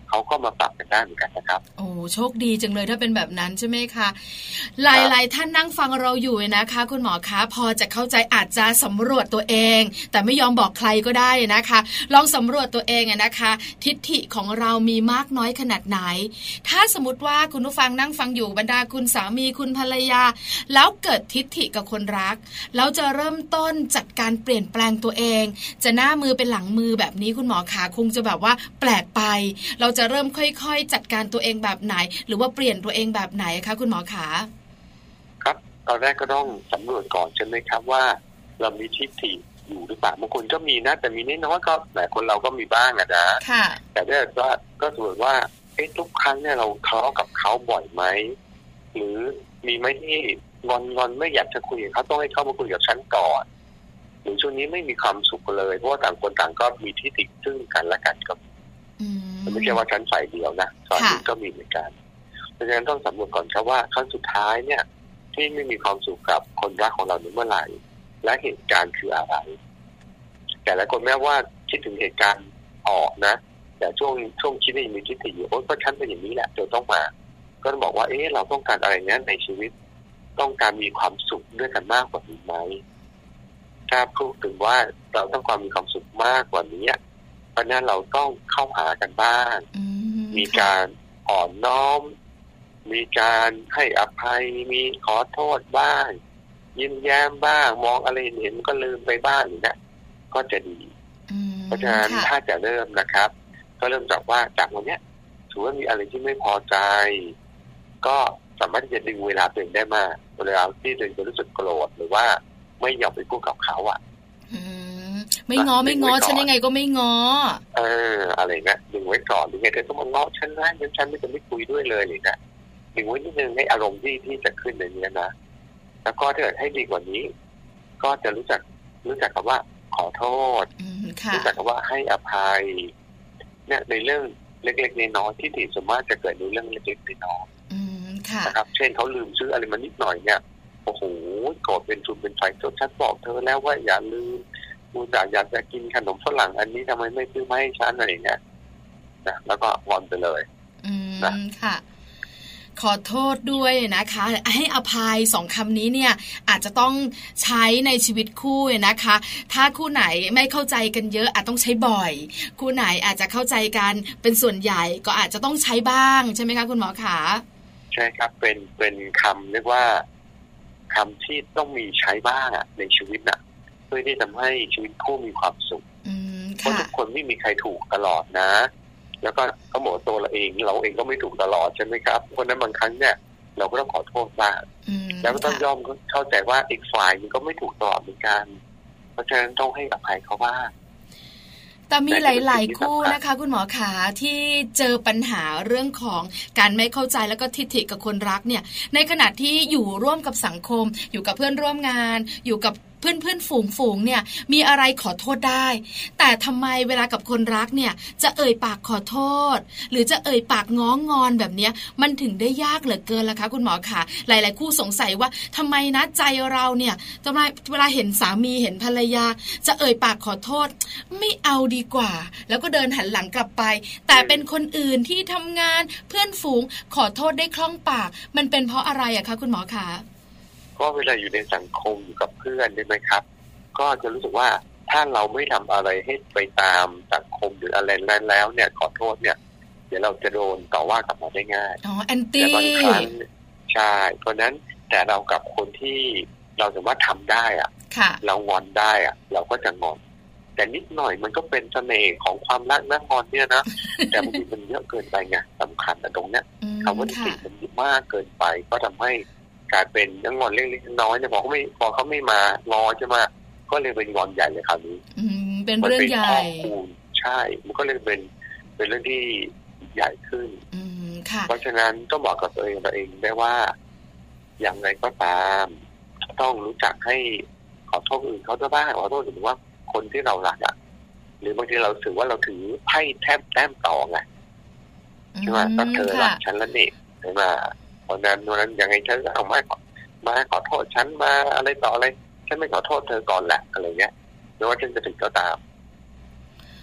เขาก็มาปรับกันได้เหมือนกันนะครับโอ้โชคดีจังเลยถ้าเป็นแบบนั้นใช่ไหมคะหลายๆท่านนั่งฟังเราอยู่นะคะคุณหมอคะพอจะเข้าใจอาจจะสำรวจตัวเองแต่ไม่ยอมบอกใครก็ได้นะคะลองสำรวจตัวเองนะคะทิฏฐิของเรามีมากน้อยขนาดไหนถ้าสมมติว่าคุณผู้ฟังนั่งฟังอยู่บรรดาคุณสามีคุณภรรยาแล้วเกิดทิฏฐิกับคนรักแล้วจะเริ่มต้นจัดการเปลี่ยนแปลงตัวเองจะหน้ามือเป็นหลังมือแบบนี้คุณหมอขาคงจะแบบว่าแปลกไปเราจะเริ่มค่อยๆจัดการตัวเองแบบไหนหรือว่าเปลี่ยนตัวเองแบบไหนคะคุณหมอขาครับตอนแรกก็ต้องสำรวจก่อนใช่ไหมครับว่าเรามีทิฏฐิอยู่หรือเปล่าบางคนก็มีนะแต่มีน้อยก็แต่คนเราก็มีบ้างนะแต่ถ้าว่าก็สมมติว่าทุกครั้งเนี่ยเราทะเลาะกับเขาบ่อยไหมหรือมีไหมที่งอนไม่อยากจะคุยกับเขาต้องให้เขามาคุยกับฉันก่อนหรือช่วงนี้ไม่มีความสุขเลยเพราะว่าต่างคนต่างก็มีทิฏฐิซึ่งกันและกันก็ไม่ใช่ว่าฉันฝ่ายเดียวนะฝ่ายนึงก็มีเหมือนกันเพราะฉะนั้นต้องสำรวจก่อนครับว่าครั้งสุดท้ายเนี่ยที่ไม่มีความสุขกับคนรักของเราเมื่อไหร่และเหตุการณ์คืออะไรแต่ละคนแม้ว่าคิดถึงเหตุการณ์ออกนะแต่ช่วงคิดนี่มีทิฏฐิอยู่ก็ฉันเป็นอย่างนี้แหละจนต้องมาก็ต้องบอกว่าเราต้องการอะไรเนี้ยในชีวิตต้องการมีความสุขด้วยกันมากกว่านี้ไหมถ้าพูดถึงว่าเราต้องการมีความสุขมากกว่านี้เพราะนั้นเราต้องเข้าหากันบ้างมีการอ่อนน้อมมีการให้อภัยมีขอโทษบ้างยิ้มแย้มบ้างมองอะไรเห็นก็ลืมไปบ้างนะก็จะดีเพราะฉะนั้นถ้าจะเริ่มนะครับก็เริ่มจากว่าจากวันนี้ถือว่ามีอะไรที่ไม่พอใจก็สามารถที่จะดึงเวลาตัวเองได้มาเวลาที่ตัวเองจะรู้สึกโกรธหรือว่าไม่ยอมไปพูดกับเขาไม่ง้อฉันยังไงก็ไม่ง้ออะไรนะดึงไว้ก่อนหรือไงเธอต้องมาง้อฉันนะงั้นฉันไม่จะไม่คุยด้วยเลยเลยนะดึงไว้นิดนึงให้อารมณ์ที่จะขึ้นในนี้นะแล้วก็ถ้าเกิดให้ดีกว่านี้ก็จะรู้จักคำว่าขอโทษรู้จักคำว่าให้อภัยเนี่ยในเรื่องเล็กๆน้อยๆที่ถี่สามารถจะเกิดในเรื่องเล็กๆน้อยๆนะครับเช่นเขาลืมซื้ออะไรมานิดหน่อยเนี่ยโอ้โหโกรธเป็นทุนเป็นไฟจนฉันบอกเธอแล้วว่าอย่าลืมกูอยากจะกินขนมฝรั่งอันนี้ทำไมไม่ซื้อมาให้ฉันอะไรเงี้ยนะแล้วก็งอนไปเลยนะค่ะขอโทษด้วยนะคะให้อภัย2คำนี้เนี่ยอาจจะต้องใช้ในชีวิตคู่นะคะถ้าคู่ไหนไม่เข้าใจกันเยอะอาจต้องใช้บ่อยคู่ไหนอาจจะเข้าใจกันเป็นส่วนใหญ่ก็อาจจะต้องใช้บ้างใช่ไหมคะคุณหมอขาใช่ครับเป็นคำเรียกว่าคำที่ต้องมีใช้บ้างในชีวิตน่ะเพื่อที่ทำให้ชีวิตคู่มีความสุขเพราะทุกคนไม่มีใครถูกตลอดนะแล้วก็เขาบอกตัวเราเองก็ไม่ถูกตลอดใช่ไหมครับเพราะนั้นบางครั้งเนี่ยเราก็ต้องขอโทษบ้างแล้วก็ต้องยอมเข้าใจว่าอีกฝ่ายมันก็ไม่ถูกตลอดเหมือนกันเพราะฉะนั้นต้องให้อภัยเขาบ้างแต่มีหลายๆคู่นะคะคุณหมอขาที่เจอปัญหาเรื่องของการไม่เข้าใจแล้วก็ทิฐิกับคนรักเนี่ยในขณะที่อยู่ร่วมกับสังคมอยู่กับเพื่อนร่วมงานอยู่กับเพื่อนฝูงเนี่ยมีอะไรขอโทษได้แต่ทำไมเวลากับคนรักเนี่ยจะเอ่ยปากขอโทษหรือจะเอ่ยปากง้องอนแบบเนี้ยมันถึงได้ยากเหลือเกินล่ะคะคุณหมอคะหลายๆคู่สงสัยว่าทำไมนะใจเราเนี่ยทำไมเวลาเห็นสามีเห็นภรรยาจะเอ่ยปากขอโทษไม่เอาดีกว่าแล้วก็เดินหันหลังกลับไปแต่เป็นคนอื่นที่ทำงานเพื่อนฝูงขอโทษได้คล่องปากมันเป็นเพราะอะไรอะคะคุณหมอคะก็เวลาอยู่ในสังคมอยู่กับเพื่อนใช่ไหมครับก็จะรู้สึกว่าถ้าเราไม่ทำอะไรให้ไปตามสังคมหรืออะไรแล้วเนี่ยขอโทษเนี่ยเดี๋ยวเราจะโดนต่อว่ากลับมาได้ง่ายแอนตี้แต่บางครั้งใช่เพราะนั้นแต่เรากับคนที่เราสามารถทำได้เรางอนได้เราก็จะงอนแต่นิดหน่อยมันก็เป็นเสน่ห์ของความรักนักงอนเนี่ยนะแต่บางทีมันเยอะเกินไปไงสำคัญตรงเนี้ยคำว่าสิ่งมันมากเกินไปก็ทำให้กลายเป็นงอนเล็กๆน้อยเนี่ยพอเขาไม่มางอใช่ไหมก็เลยเป็นงอนใหญ่เลยคราวนี้เป็นเรื่องใหญ่ใช่มันก็เลยเป็นเรื่องที่ใหญ่ขึ้นเพราะฉะนั้นต้องบอกกับตัวเองได้ว่าอย่างไรก็ตามต้องรู้จักให้ขอโทษอื่นเขาด้วยบ้างขอโทษถึงว่าคนที่เรารักหรือบางทีเราถือว่าเราถือไพ่แต้มต่อไงใช่ไหมก็เธอรักฉันแล้วนี่ใช่ไหมเพราะนั้นยังไงเธอก็เอามาขอโทษฉันมาอะไรต่ออะไรฉันไม่ขอโทษเธอก่อนแหละอะไรเงี้ยไม่ว่าฉันจะถึงก็ตาม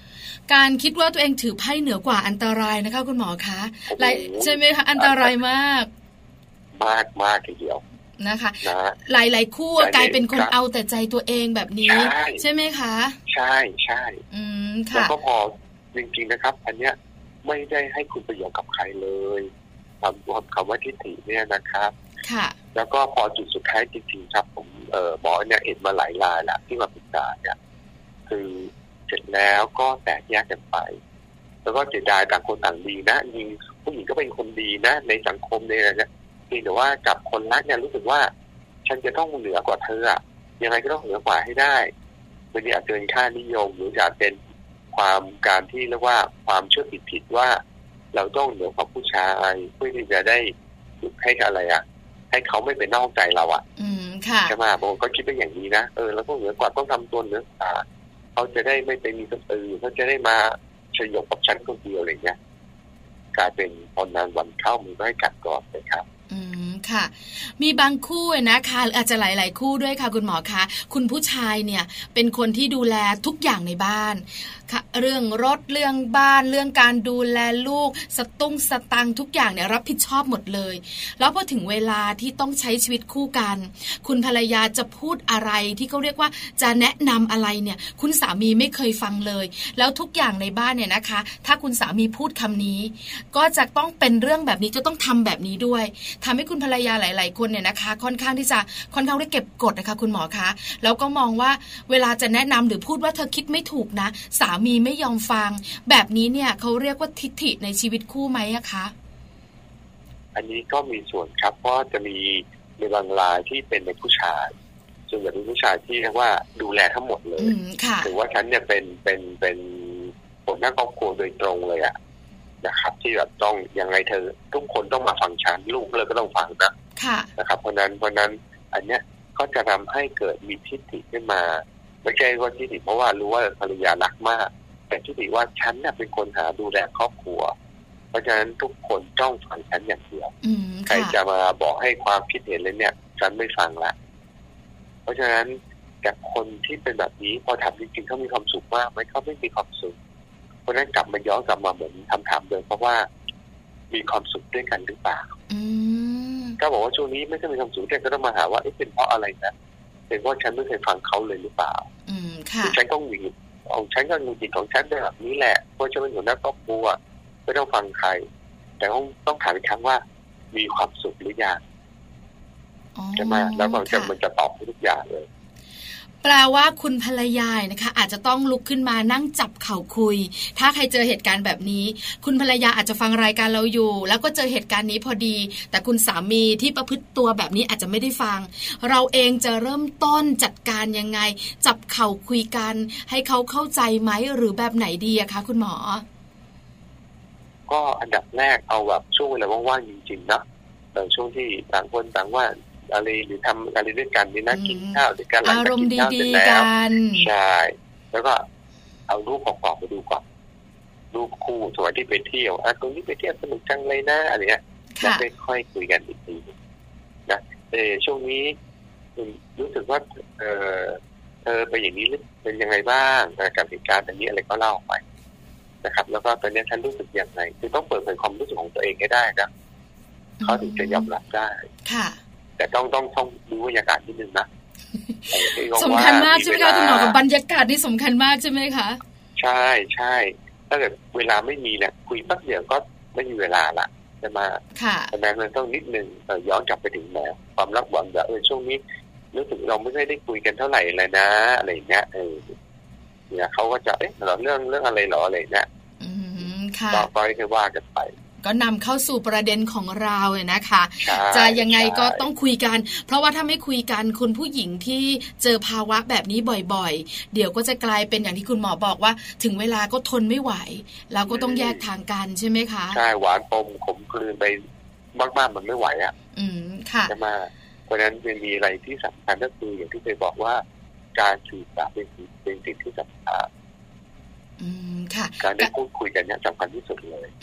การคิดว่าตัวเองถือไพ่เหนือกว่าอันตรายนะคะคุณหมอคะใช่ไหมคะอันตรายมากทีเดียวนะคะหลายคู่กลายเป็นคนเอาแต่ใจตัวเองแบบนี้ใช่ไหมคะใช่ค่ะแล้วก็พอจริงๆนะครับอันเนี้ยไม่ได้ให้คุณประโยชน์กับใครเลยคำว่าทิฏฐิเนี่ยนะครับค่ะแล้วก็พอจุดสุดท้ายจริงๆครับผมหมอเนี่ยเห็นมาหลายรายแล้วที่มาปรึกษาเนี่ยคือเสร็จแล้วก็แตกแยกกันไปแล้วก็เสียดายต่างคนต่างดีนะจริงผู้หญิงก็เป็นคนดีนะในสังคมเนี่ยแต่ว่ากับคนรักเนี่ยรู้สึกว่าฉันจะต้องเหนือกว่าเธอยังไงก็ต้องเหนือกว่าให้ได้ไม่ได้อาจจะเป็นค่านิยมหรืออาจเป็นความการที่เรียกว่าความเชื่อผิดว่าเราต้องเหนือกว่าผู้ชายเพื่อที่จะได้ให้อะไรให้เขาไม่เป็นนอกใจเราใช่ไหมผมก็คิดเป็นอย่างนี้นะเราต้องเหนือกว่าต้องทำตัวเหนือกว่าเขาจะได้ไม่ไปมีคนอื่นเขาจะได้มาสยบกับฉันคนเดียวอะไรเงี้ยกลายเป็นพอนานวันเข้ามือก็ให้กัดกร่อนเลยครับค่ะมีบางคู่นะคะอาจจะหลายๆคู่ด้วยค่ะคุณหมอคะคุณผู้ชายเนี่ยเป็นคนที่ดูแลทุกอย่างในบ้านเรื่องรถเรื่องบ้านเรื่องการดูแลลูกสตังค์ทุกอย่างเนี่ยรับผิดชอบหมดเลยแล้วพอถึงเวลาที่ต้องใช้ชีวิตคู่กันคุณภรรยาจะพูดอะไรที่เขาเรียกว่าจะแนะนำอะไรเนี่ยคุณสามีไม่เคยฟังเลยแล้วทุกอย่างในบ้านเนี่ยนะคะถ้าคุณสามีพูดคำนี้ก็จะต้องเป็นเรื่องแบบนี้จะต้องทำแบบนี้ด้วยทำให้คุณภรรยาหลายๆคนเนี่ยนะคะค่อนข้างได้เก็บกดนะคะคุณหมอคะแล้วก็มองว่าเวลาจะแนะนำหรือพูดว่าเธอคิดไม่ถูกนะสามีไม่ยอมฟังแบบนี้เนี่ยเขาเรียกว่าทิฐิในชีวิตคู่ไหมอะคะอันนี้ก็มีส่วนครับเพราะจะมีในบางรายที่เป็นในผู้ชายส่วนใหญ่เป็นผู้ชายที่เรียกว่าดูแลทั้งหมดเลยถือว่าฉันเนี่ยเป็นหัวหน้าครอบครัวโดยตรงเลยนะครับที่แบบต้องยังไงเธอทุกคนต้องมาฟังฉันลูกเลยก็ต้องฟังนะครับเพราะนั้นอันเนี้ยก็จะทำให้เกิดมีทิฏฐิขึ้นมาไม่ใช่ว่าทิฏฐิเพราะว่ารู้ว่าภรรยารักมากแต่ทิฏฐิว่าฉันน่ะเป็นคนหาดูแลครอบครัวเพราะฉะนั้นทุกคนต้องฟังฉันอย่างเดียวใครจะมาบอกให้ความคิดเห็นเลยเนี่ยฉันไม่ฟังละเพราะฉะนั้นแต่คนที่เป็นแบบนี้พอถามจริงๆเขามีความสุขมากไหมเขาไม่มีความสุขเพราะนั้นกลับมาย้อนกลับมาเหมือนคำถามเดิมเพราะว่ามีความสุขด้วยกันหรือเปล่าก็บอกว่าช่วงนี้ไม่ใช่มีความสุขแต่ก็ต้องมาหาว่าเป็นเพราะอะไรนะเป็นเพราะฉันไม่เคยฟังเขาเลยหรือเปล่าฉันก็มีของฉันก็มีจิตของฉันแบบนี้แหละเพราะฉันเป็นหัวหน้าครอบครัวไม่ต้องฟังใครแต่ต้องถามอีกครั้งว่ามีความสุขหรือยังใช่ไหมแล้วมันจะตอบทุกอย่างเลยแปลว่าคุณภรรยานะคะอาจจะต้องลุกขึ้นมานั่งจับเข่าคุยถ้าใครเจอเหตุการณ์แบบนี้คุณภรรยาอาจจะฟังรายการเราอยู่แล้วก็เจอเหตุการณ์นี้พอดีแต่คุณสามีที่ประพฤติตัวแบบนี้อาจจะไม่ได้ฟังเราเองจะเริ่มต้นจัดการยังไงจับเข่าคุยกันให้เขาเข้าใจไหมหรือแบบไหนดีอะคะคุณหมอก็อันดับแรกเอาแบบช่วงเวลาว่างๆจริงๆนะช่วงที่ต่างคนต่างว่าอะไรหรือทำอะไรด้วยกันนี่นะกินข้าวด้วยกันหลังจากกินข้าวเสร็จแล้วใช่แล้วก็เอารูปประกอบมาดูก่อนรูปคู่สมัยที่ไปเที่ยวตรงนี้ไปเที่ยวสนุกจังเลยนะอะไรเงี้ยแล้วค่อยคุยกันอีกทีนะช่วงนี้รู้สึกว่าเธอไปอย่างนี้เป็นยังไงบ้างกับเหตุการณ์แบบนี้อะไรก็เล่าไปนะครับแล้วก็ตอนนี้ฉันรู้สึกยังไงคือต้องเปิดเผยความรู้สึกของตัวเองให้ได้นะเขาถึงจะยอมรับได้ค่ะแต่ต้องดูบรรยากาศนิดนึงนะสำคัญมากใช่ไหมคะคุณหมอกับบรรยากาศนี่สำคัญมากใช่ไหมคะใช่ถ้าเกิดเวลาไม่มีเนี่ยคุยแป๊บเดียวก็ไม่มีเวลาละจะมาแต่แม้มันต้องนิดนึงย้อนกลับไปถึงแม้ความรักหวานแบบช่วงนี้รู้สึกเราไม่ได้คุยกันเท่าไหร่เลยนะอะไรเงี้ยเนี่ยเขาก็จะเราเรื่องอะไรหรออะไรเนี่ยก็ค่อยว่ากันไปก็นำเข้าสู่ประเด็นของเราเลยนะคะจะยังไงก็ต้องคุยกันเพราะว่าถ้าไม่คุยกันคุณผู้หญิงที่เจอภาวะแบบนี้บ่อยๆเดี๋ยวก็จะกลายเป็นอย่างที่คุณหมอบอกว่าถึงเวลาก็ทนไม่ไหวแล้วก็ต้องแยกทางกันใช่ไหมคะใช่หวานปมขมกลืนไปมากๆมันไม่ไหวค่ะจะมาเพราะฉะนั้นมันมีอะไรที่สำคัญก็คืออย่างที่เคยบอกว่าการสื่อสารเป็นสิ่งที่สำคัญค่ะการได้พูดคุยกันเนี่ยสำคัญที่สุดเลย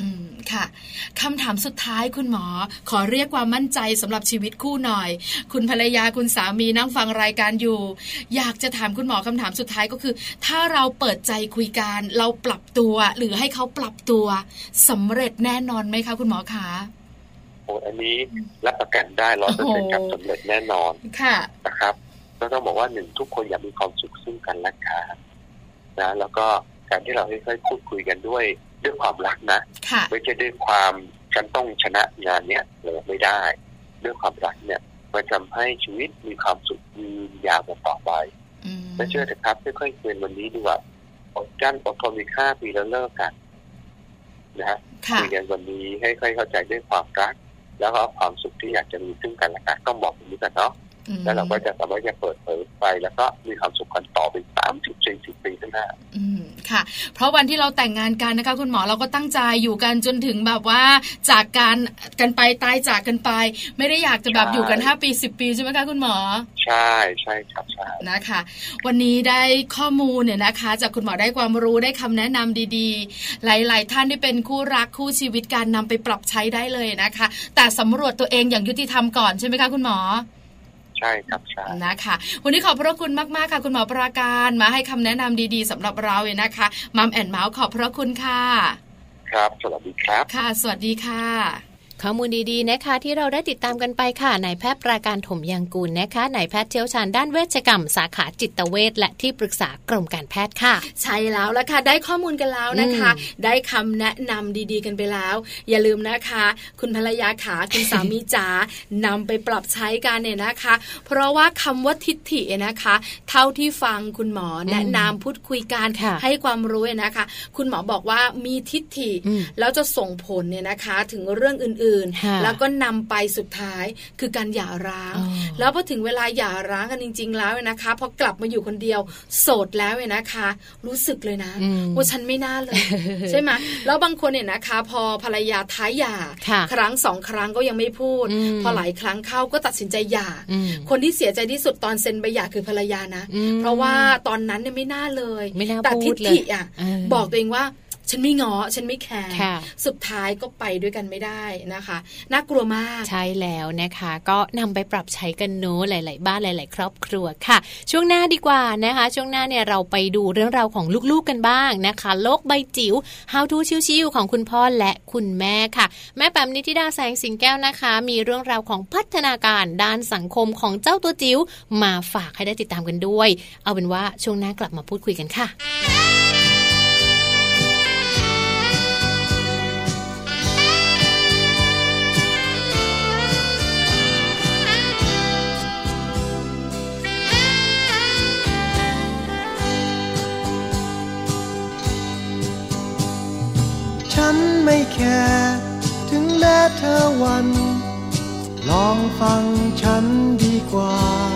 ค่ะคำถามสุดท้ายคุณหมอขอเรียกความมั่นใจสำหรับชีวิตคู่หน่อยคุณภรรยาคุณสามีนั่งฟังรายการอยู่อยากจะถามคุณหมอคำถามสุดท้ายก็คือถ้าเราเปิดใจคุยกันเราปรับตัวหรือให้เขาปรับตัวสำเร็จแน่นอนไหมคะคุณหมอคะโอ้อันนี้รับประกันได้ 100% กับสำเร็จแน่นอนค่ะนะครับก็ต้องบอกว่า1ทุกคนอยากมีความสุขซึ่งกันและกันนะแล้วก็การที่เราค่อยๆพูดคุยกันด้วยความรักนะไม่ใช่ด้วยความฉันต้องชนะงานเนี้ยเลยไม่ได้ด้วยความรักเนี่ยมันทำให้ชีวิตมีความสุขยืนยาวต่อไปและเชื่อเถอะครับค่อยๆคุยวันนี้ดีกว่าอดทนมี5 ปีแล้วเลิกกันนะฮะคุยกันวันนี้ให้ค่อยเข้าใจด้วยความรักแล้วก็ความสุขที่อยากจะมีซึ่งกันและกันต้องบอกอย่างนี้กันเนาะแล้วเราก็จะสามารถจะเปิดเผยไปแล้วก็มีความสุขกันต่อเป็น30-40 ปีข้างหน้าค่ะเพราะวันที่เราแต่งงานกันนะคะคุณหมอเราก็ตั้งใจอยู่กันจนถึงแบบว่าจากกันไปตายจากกันไปไม่ได้อยากจะแบบอยู่กัน5 ปี10 ปีใช่ไหมคะคุณหมอใช่ใช่ครับใช่นะคะวันนี้ได้ข้อมูลเนี่ยนะคะจากคุณหมอได้ความรู้ได้คำแนะนำดีๆหลายๆท่านที่เป็นคู่รักคู่ชีวิตการนำไปปรับใช้ได้เลยนะคะแต่สำรวจตัวเองอย่างยุติธรรมก่อนใช่ไหมคะคุณหมอใช่ครับใช่นะคะวันนี้ขอบพระคุณมากๆค่ะคุณหมอปราการมาให้คำแนะนำดีๆสำหรับเราเลยนะคะมัมแอนด์เมาส์ขอบพระคุณค่ะครับสวัสดีครับค่ะสวัสดีค่ะข้อมูลดีๆนะคะที่เราได้ติดตามกันไปค่ะนายแพทย์ปราการถมยังกูลนะคะนายแพทย์เชี่ยวชาญด้านเวชกรรมสาขาจิตเวชและที่ปรึกษากรมการแพทย์ค่ะใช่แล้วละค่ะได้ข้อมูลกันแล้วนะคะได้คำแนะนำดีๆกันไปแล้วอย่าลืมนะคะคุณภรรยาขาคุณสามีจ๋านำไปปรับใช้กันเนี่ยนะคะเพราะว่าคำว่าทิฏฐินะคะเท่าที่ฟังคุณหมอแนะนำพูดคุยกันให้ความรู้นะคะคุณหมอบอกว่ามีทิฏฐิแล้วจะส่งผลเนี่ยนะคะถึงเรื่องอื่นแล้วก็นำไปสุดท้ายคือการหย่าร้างแล้วพอถึงเวลาหย่าร้างกันจริงๆแล้วนะคะพอกลับมาอยู่คนเดียวโสดแล้วเนี่ยนะคะรู้สึกเลยนะว่าฉันไม่น่าเลย ใช่ไหมแล้วบางคนเนี่ยนะคะพอภรรยาท้ายหย่าครั้ง2 ครั้งก็ยังไม่พูดพอหลายครั้งเข้าก็ตัดสินใจหย่าคนที่เสียใจที่สุดตอนเซ็นใบหย่าคือภรรยานะเพราะว่าตอนนั้นเนี่ยไม่น่าเลยแต่ทิฏฐิอ่ะบอกตัวเองว่าฉันไม่ง้อฉันไม่แคร์สุดท้ายก็ไปด้วยกันไม่ได้นะคะน่ากลัวมากใช่แล้วนะคะก็นำไปปรับใช้กันเนอะหลายๆบ้านหลายๆครอบครัวค่ะช่วงหน้าดีกว่านะคะช่วงหน้าเนี่ยเราไปดูเรื่องราวของลูกๆกันบ้างนะคะโลกใบจิ๋ว How to ชิวๆของคุณพ่อและคุณแม่ค่ะแม่แปมนิติดาแสงสิงแก้วนะคะมีเรื่องราวของพัฒนาการด้านสังคมของเจ้าตัวจิ๋วมาฝากให้ได้ติดตามกันด้วยเอาเป็นว่าช่วงหน้ากลับมาพูดคุยกันค่ะฉันไม่แคร์ถึงแม้เธอวันลองฟังฉันดีกว่า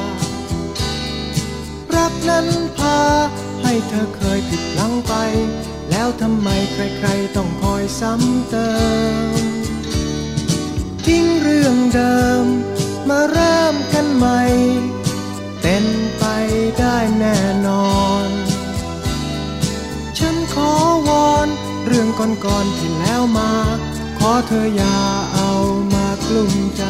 รักนั้นพาให้เธอเคยผิดหลังไปแล้วทำไมใครๆต้องคอยซ้ำเติมทิ้งเรื่องเดิมมาเริ่มกันใหม่เป็นไปได้แน่นอนฉันขอวอนเรื่องก่อนๆที่แล้วมาขอเธออย่าเอามากลุ้มใจ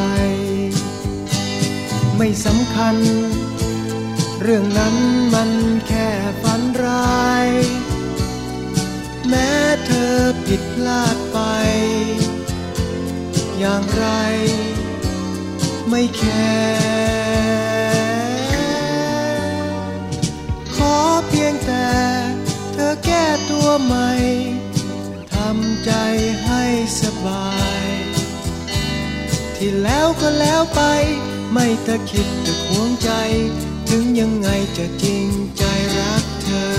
ไม่สำคัญเรื่องนั้นมันแค่ฝันร้ายแม้เธอผิดพลาดไปอย่างไรไม่แคร์ขอเพียงแต่เธอแก้ตัวใหม่ทำใจให้สบายที่แล้วก็แล้วไปไม่ตะคิดตะขวงใจถึงยังไงจะจริงใจรักเธอ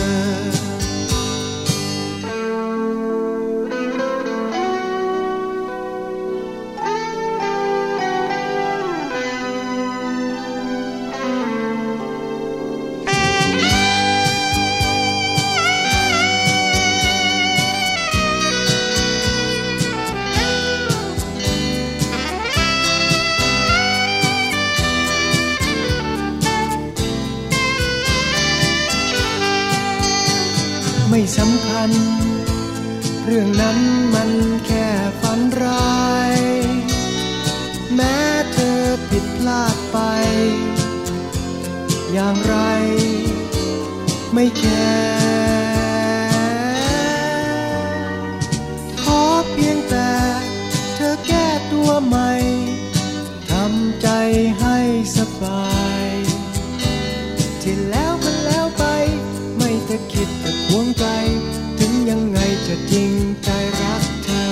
ไม่สำคัญเรื่องนั้นมันแค่ฝันร้ายแม้เธอผิดพลาดไปอย่างไรไม่แคร์ขอเพียงแต่เธอแก้ตัวใหม่ทำใจให้สบายที่แล้วก็แล้วไปไม่จะคิดจะควงใจถึงยังไงจะจริงใจรักเธอ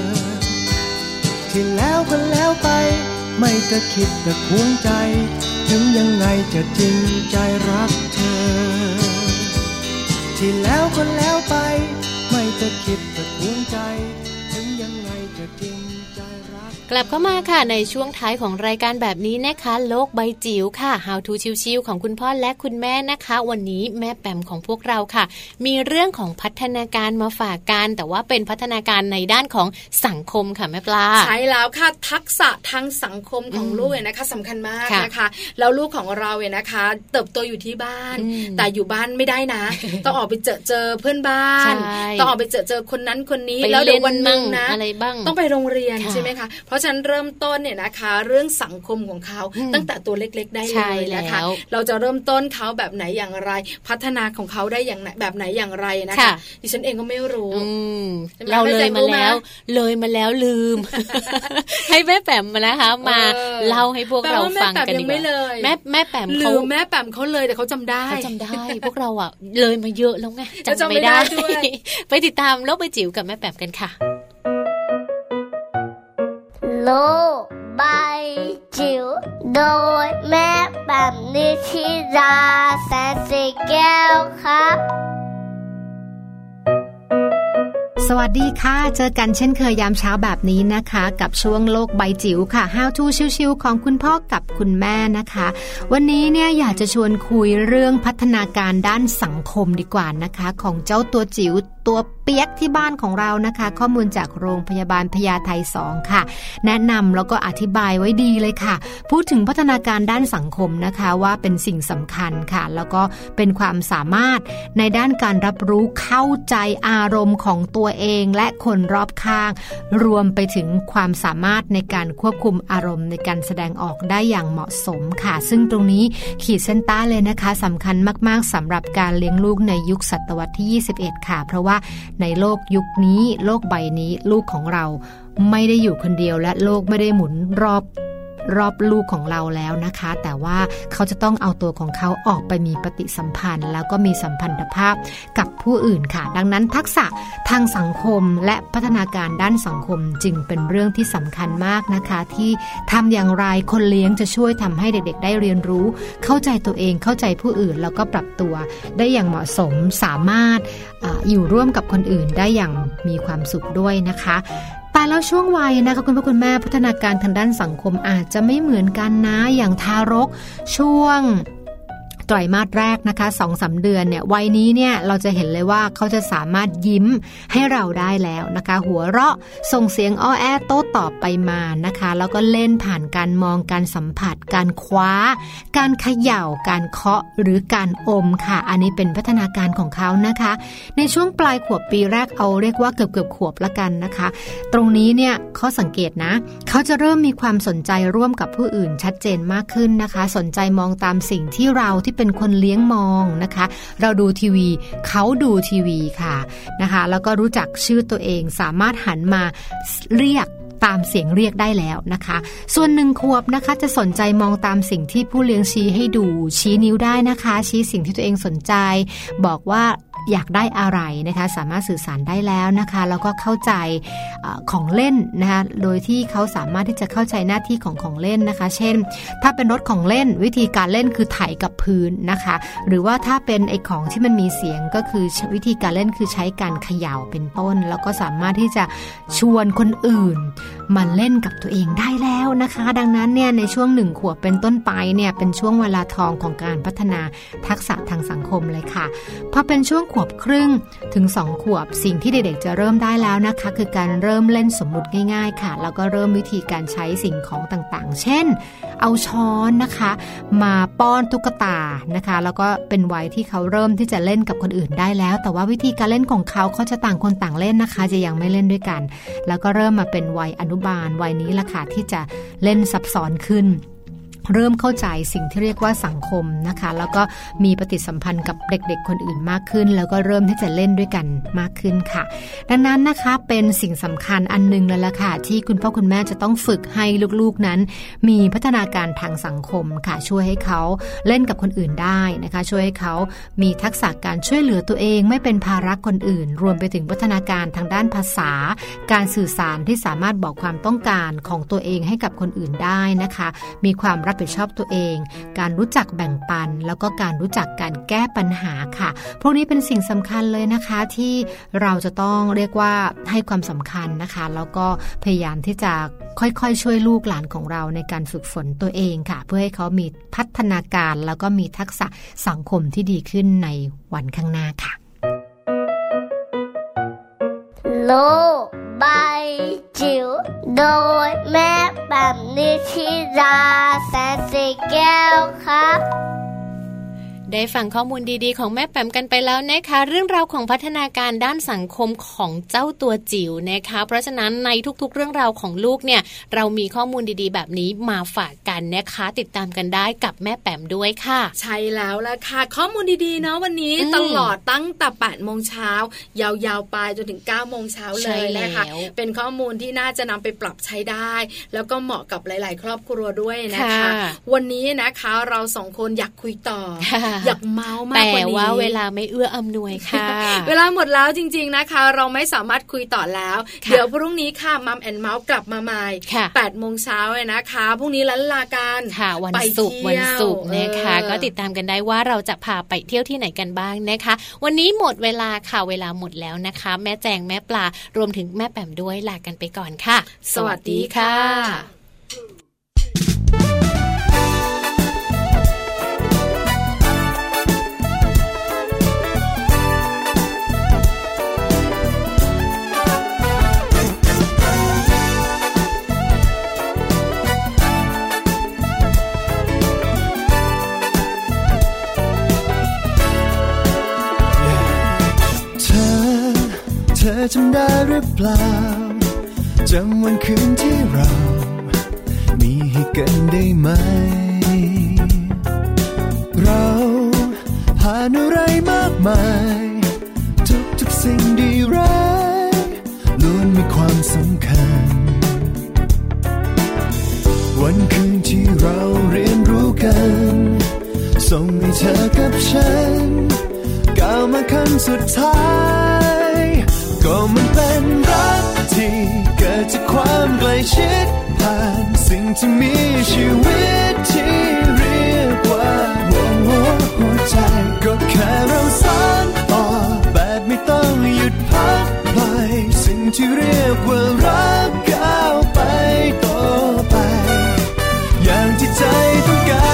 ที่แล้วก็แล้วไปไม่จะคิดจะควงใจถึงยังไงจะจริงใจรักเธอที่แล้วก็แล้วไปไม่จะคิดจะควงใจถึงยังไงจะจริงใจรักกลับเข้ามาค่ะในช่วงท้ายของรายการแบบนี้นะคะโลกใบจิ๋วค่ะ How to ชิวๆของคุณพ่อและคุณแม่นะคะวันนี้แม่แปมของพวกเราค่ะมีเรื่องของพัฒนาการมาฝากกันแต่ว่าเป็นพัฒนาการในด้านของสังคมค่ะแม่ปลาใช่แล้วค่ะทักษะทางสังคมของลูกเนี่ยนะคะสำคัญมากนะคะแล้วลูกของเราเนี่ยนะคะเติบโตอยู่ที่บ้านแต่อยู่บ้านไม่ได้นะ ต้องออกไปเจอเพื่อนบ้านต้องออกไปเจอคนนั้นคนนี้แล้วเดี๋ยววันนึงนะต้องไปโรงเรียนใช่ไหมคะเพราะฉะนั้นเริ่มต้นเนี่ยนะคะเรื่องสังคมของเขาตั้งแต่ตัวเล็กๆได้เลยนะคะเราจะเริ่มต้นเขาแบบไหนอย่างไรพัฒนาของเขาได้อย่างแบบไหนอย่างไรนะคะดิฉันเองก็ไม่รู้เราเลยมาแล้วลืม ให้แม่แปมมานะคะมาเล่าให้พวกเราฟังกันดีกว่าแม่แปมเขาแม่แปมเขาเลยแต่เขาจำได้พวกเราอ่ะเลยมาเยอะแล้วไงจำไม่ได้ไปติดตามโลกใบจิ๋วกับแม่แปมกันค่ะโลกใบจิ๋วโดยแม่แบบนิชิราแสนสีแก้วครับสวัสดีค่ะเจอกันเช่นเคยยามเช้าแบบนี้นะคะกับช่วงโลกใบจิ๋วค่ะ How to ชิวๆของคุณพ่อกับคุณแม่นะคะวันนี้เนี่ยอยากจะชวนคุยเรื่องพัฒนาการด้านสังคมดีกว่านะคะของเจ้าตัวจิ๋วตัวเปียกที่บ้านของเรานะคะข้อมูลจากโรงพยาบาลพญาไท2ค่ะแนะนำแล้วก็อธิบายไว้ดีเลยค่ะพูดถึงพัฒนาการด้านสังคมนะคะว่าเป็นสิ่งสำคัญค่ะแล้วก็เป็นความสามารถในด้านการรับรู้เข้าใจอารมณ์ของตัวเองและคนรอบข้างรวมไปถึงความสามารถในการควบคุมอารมณ์ในการแสดงออกได้อย่างเหมาะสมค่ะซึ่งตรงนี้ขีดเส้นใต้เลยนะคะสำคัญมากๆสำหรับการเลี้ยงลูกในยุคศตวรรษที่21ค่ะเพราะว่าในโลกยุคนี้โลกใบนี้ลูกของเราไม่ได้อยู่คนเดียวและโลกไม่ได้หมุนรอบลูกของเราแล้วนะคะแต่ว่าเขาจะต้องเอาตัวของเขาออกไปมีปฏิสัมพันธ์แล้วก็มีสัมพันธภาพกับผู้อื่นค่ะดังนั้นทักษะทางสังคมและพัฒนาการด้านสังคมจึงเป็นเรื่องที่สำคัญมากนะคะที่ทำอย่างไรคนเลี้ยงจะช่วยทำให้เด็กๆได้เรียนรู้เข้าใจตัวเองเข้าใจผู้อื่นแล้วก็ปรับตัวได้อย่างเหมาะสมสามารถอยู่ร่วมกับคนอื่นได้อย่างมีความสุขด้วยนะคะแต่แล้วช่วงวัยนะคะคุณพ่อคุณแม่พัฒนาการทางด้านสังคมอาจจะไม่เหมือนกันนะอย่างทารกช่วงไตรมาสแรกนะคะ 2-3 เดือนเนี่ยวัยนี้เนี่ยเราจะเห็นเลยว่าเขาจะสามารถยิ้มให้เราได้แล้วนะคะหัวเราะส่งเสียงอ้อแอโต้ตอบไปมานะคะแล้วก็เล่นผ่านการมองการสัมผัสการคว้าการเขย่าการเคาะหรือการอมค่ะอันนี้เป็นพัฒนาการของเขานะคะในช่วงปลายขวบปีแรกเอาเรียกว่าเกือบขวบละกันนะคะตรงนี้เนี่ยข้อสังเกตนะเขาจะเริ่มมีความสนใจร่วมกับผู้อื่นชัดเจนมากขึ้นนะคะสนใจมองตามสิ่งที่เราที่เป็นคนเลี้ยงมองนะคะเราดูทีวีเขาดูทีวีค่ะนะคะแล้วก็รู้จักชื่อตัวเองสามารถหันมาเรียกตามเสียงเรียกได้แล้วนะคะส่วน1 ขวบนะคะจะสนใจมองตามสิ่งที่ผู้เลี้ยงชี้ให้ดูชี้นิ้วได้นะคะชี้สิ่งที่ตัวเองสนใจบอกว่าอยากได้อะไรนะคะสามารถสื่อสารได้แล้วนะคะแล้วก็เข้าใจของเล่นนะคะโดยที่เขาสามารถที่จะเข้าใจหน้าที่ของเล่นนะคะเช่นถ้าเป็นรถของเล่นวิธีการเล่นคือไถกับพื้นนะคะหรือว่าถ้าเป็นไอ้ของที่มันมีเสียงก็คือวิธีการเล่นคือใช้การเขย่าเป็นต้นแล้วก็สามารถที่จะชวนคนอื่นมาเล่นกับตัวเองได้แล้วนะคะดังนั้นเนี่ยในช่วง1 ขวบเป็นต้นไปเนี่ยเป็นช่วงเวลาทองของการพัฒนาทักษะทางสังคมเลยค่ะพอเป็นช่วงขวบครึ่งถึง2 ขวบสิ่งที่เด็กๆจะเริ่มได้แล้วนะคะคือการเริ่มเล่นสมมุติง่ายๆค่ะแล้วก็เริ่มวิธีการใช้สิ่งของต่างๆเช่นเอาช้อนนะคะมาป้อนตุ๊กตานะคะแล้วก็เป็นวัยที่เขาเริ่มที่จะเล่นกับคนอื่นได้แล้วแต่ว่าวิธีการเล่นของเขาจะต่างคนต่างเล่นนะคะจะยังไม่เล่นด้วยกันแล้วก็เริ่มมาเป็นวัยอนุบาลวัยนี้ล่ะค่ะที่จะเล่นซับซ้อนขึ้นเริ่มเข้าใจสิ่งที่เรียกว่าสังคมนะคะแล้วก็มีปฏิสัมพันธ์กับเด็กๆคนอื่นมากขึ้นแล้วก็เริ่มที่จะเล่นด้วยกันมากขึ้นค่ะดังนั้นนะคะเป็นสิ่งสำคัญอันนึงเลยล่ะค่ะที่คุณพ่อคุณแม่จะต้องฝึกให้ลูกๆนั้นมีพัฒนาการทางสังคมค่ะช่วยให้เขาเล่นกับคนอื่นได้นะคะช่วยให้เขามีทักษะการช่วยเหลือตัวเองไม่เป็นภาระคนอื่นรวมไปถึงพัฒนาการทางด้านภาษาการสื่อสารที่สามารถบอกความต้องการของตัวเองให้กับคนอื่นได้นะคะมีความรับผิดชอบตัวเองการรู้จักแบ่งปันแล้วก็การรู้จักการแก้ปัญหาค่ะพวกนี้เป็นสิ่งสำคัญเลยนะคะที่เราจะต้องเรียกว่าให้ความสำคัญนะคะแล้วก็พยายามที่จะค่อยๆช่วยลูกหลานของเราในการฝึกฝนตัวเองค่ะเพื่อให้เขามีพัฒนาการแล้วก็มีทักษะสังคมที่ดีขึ้นในวันข้างหน้าค่ะโลกใบจิ๋วโดยแม่แบบนิชิราแสนสีแก้วครับได้ฟังข้อมูลดีๆของแม่แปมกันไปแล้วนะคะเรื่องราวของพัฒนาการด้านสังคมของเจ้าตัวจิ๋วนะคะเพราะฉะนั้นในทุกๆเรื่องราวของลูกเนี่ยเรามีข้อมูลดีๆแบบนี้มาฝากกันนะคะติดตามกันได้กับแม่แปมด้วยค่ะใช่แล้วล่ะค่ะข้อมูลดีๆเนาะวันนี้ตลอดตั้งแต่ 8 โมงเช้ายาวๆไปจนถึง 9 โมงเช้าเลยนะคะเป็นข้อมูลที่น่าจะนำไปปรับใช้ได้แล้วก็เหมาะกับหลายๆครอบครัวด้วยนะคะวันนี้นะคะเรา2คนอยากคุยต่ออยากเมาส์มากกว่านี้แต่ว่าเวลาไม่เอื้ออำนวยค่ะเวลาหมดแล้วจริงๆนะคะเราไม่สามารถคุยต่อแล้วเดี๋ยวพรุ่งนี้ค่ะมัมแอนด์เมาส์กลับมาใหม่ 8 โมงเช้าเลยนะคะพรุ่งนี้ล้านลากันค่ะวันศุกร์นะคะก็ติดตามกันได้ว่าเราจะพาไปเที่ยวที่ไหนกันบ้างนะคะวันนี้หมดเวลาค่ะเวลาหมดแล้วนะคะแม่แจงแม่ปลารวมถึงแม่แปมด้วยลากันไปก่อนค่ะสวัสดีค่ะเธอจำได้หรือเปล่าจำวันคืนที่เรามีให้กันได้ไหมเราผ่านอะไรมากมายทุกสิ่งดีร้ายล้วนมีความสำคัญวันคืนที่เราเรียนรู้กันส่งให้เธอกับฉันก้าวมาขั้นสุดท้ายก็มันเป็นรักที่เกิดจากความใกล้ชิดผ่านสิ่งที่มีชีวิตที่เรียกว่าหัวใจก็แค่เราสานต่อแบบไม่ต้องหยุดพักปล่อยสิ่งที่เรียกว่ารักก้าวไปต่อไปอย่างที่ใจต้องการ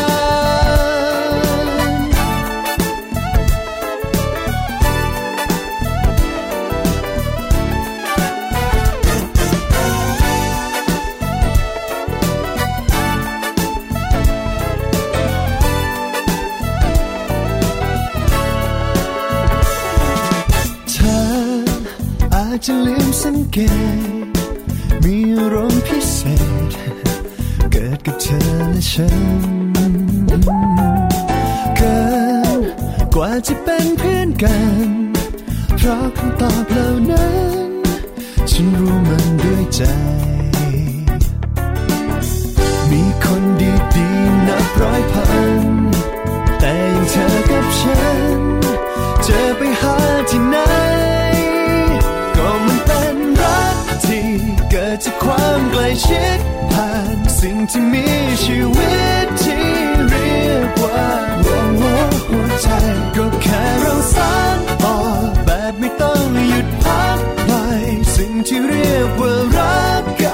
จะลืมสังเกตมีอารมณ์พิเศษเกิดกับเธอและฉันเกินกว่าจะเป็นเพื่อนกันเพราะคำตอบเหล่านั้นฉันรู้มันด้วยใจมีคนดีๆนับร้อยพันแต่อย่างเธอกับฉันจะไปหาที่ไหนก็มันเป็นรักที่เกิดจากความใกล้ชิดผ่านสิ่งที่มีชีวิตที่เรียกว่าหัวใจก็แค่เราสานต่อแบบไม่ต้องหยุดพักปล่อยสิ่งที่เรียกว่ารัก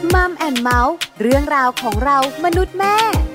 มัมแอนด์เมาส์เรื่องราวของเรามนุษย์แม่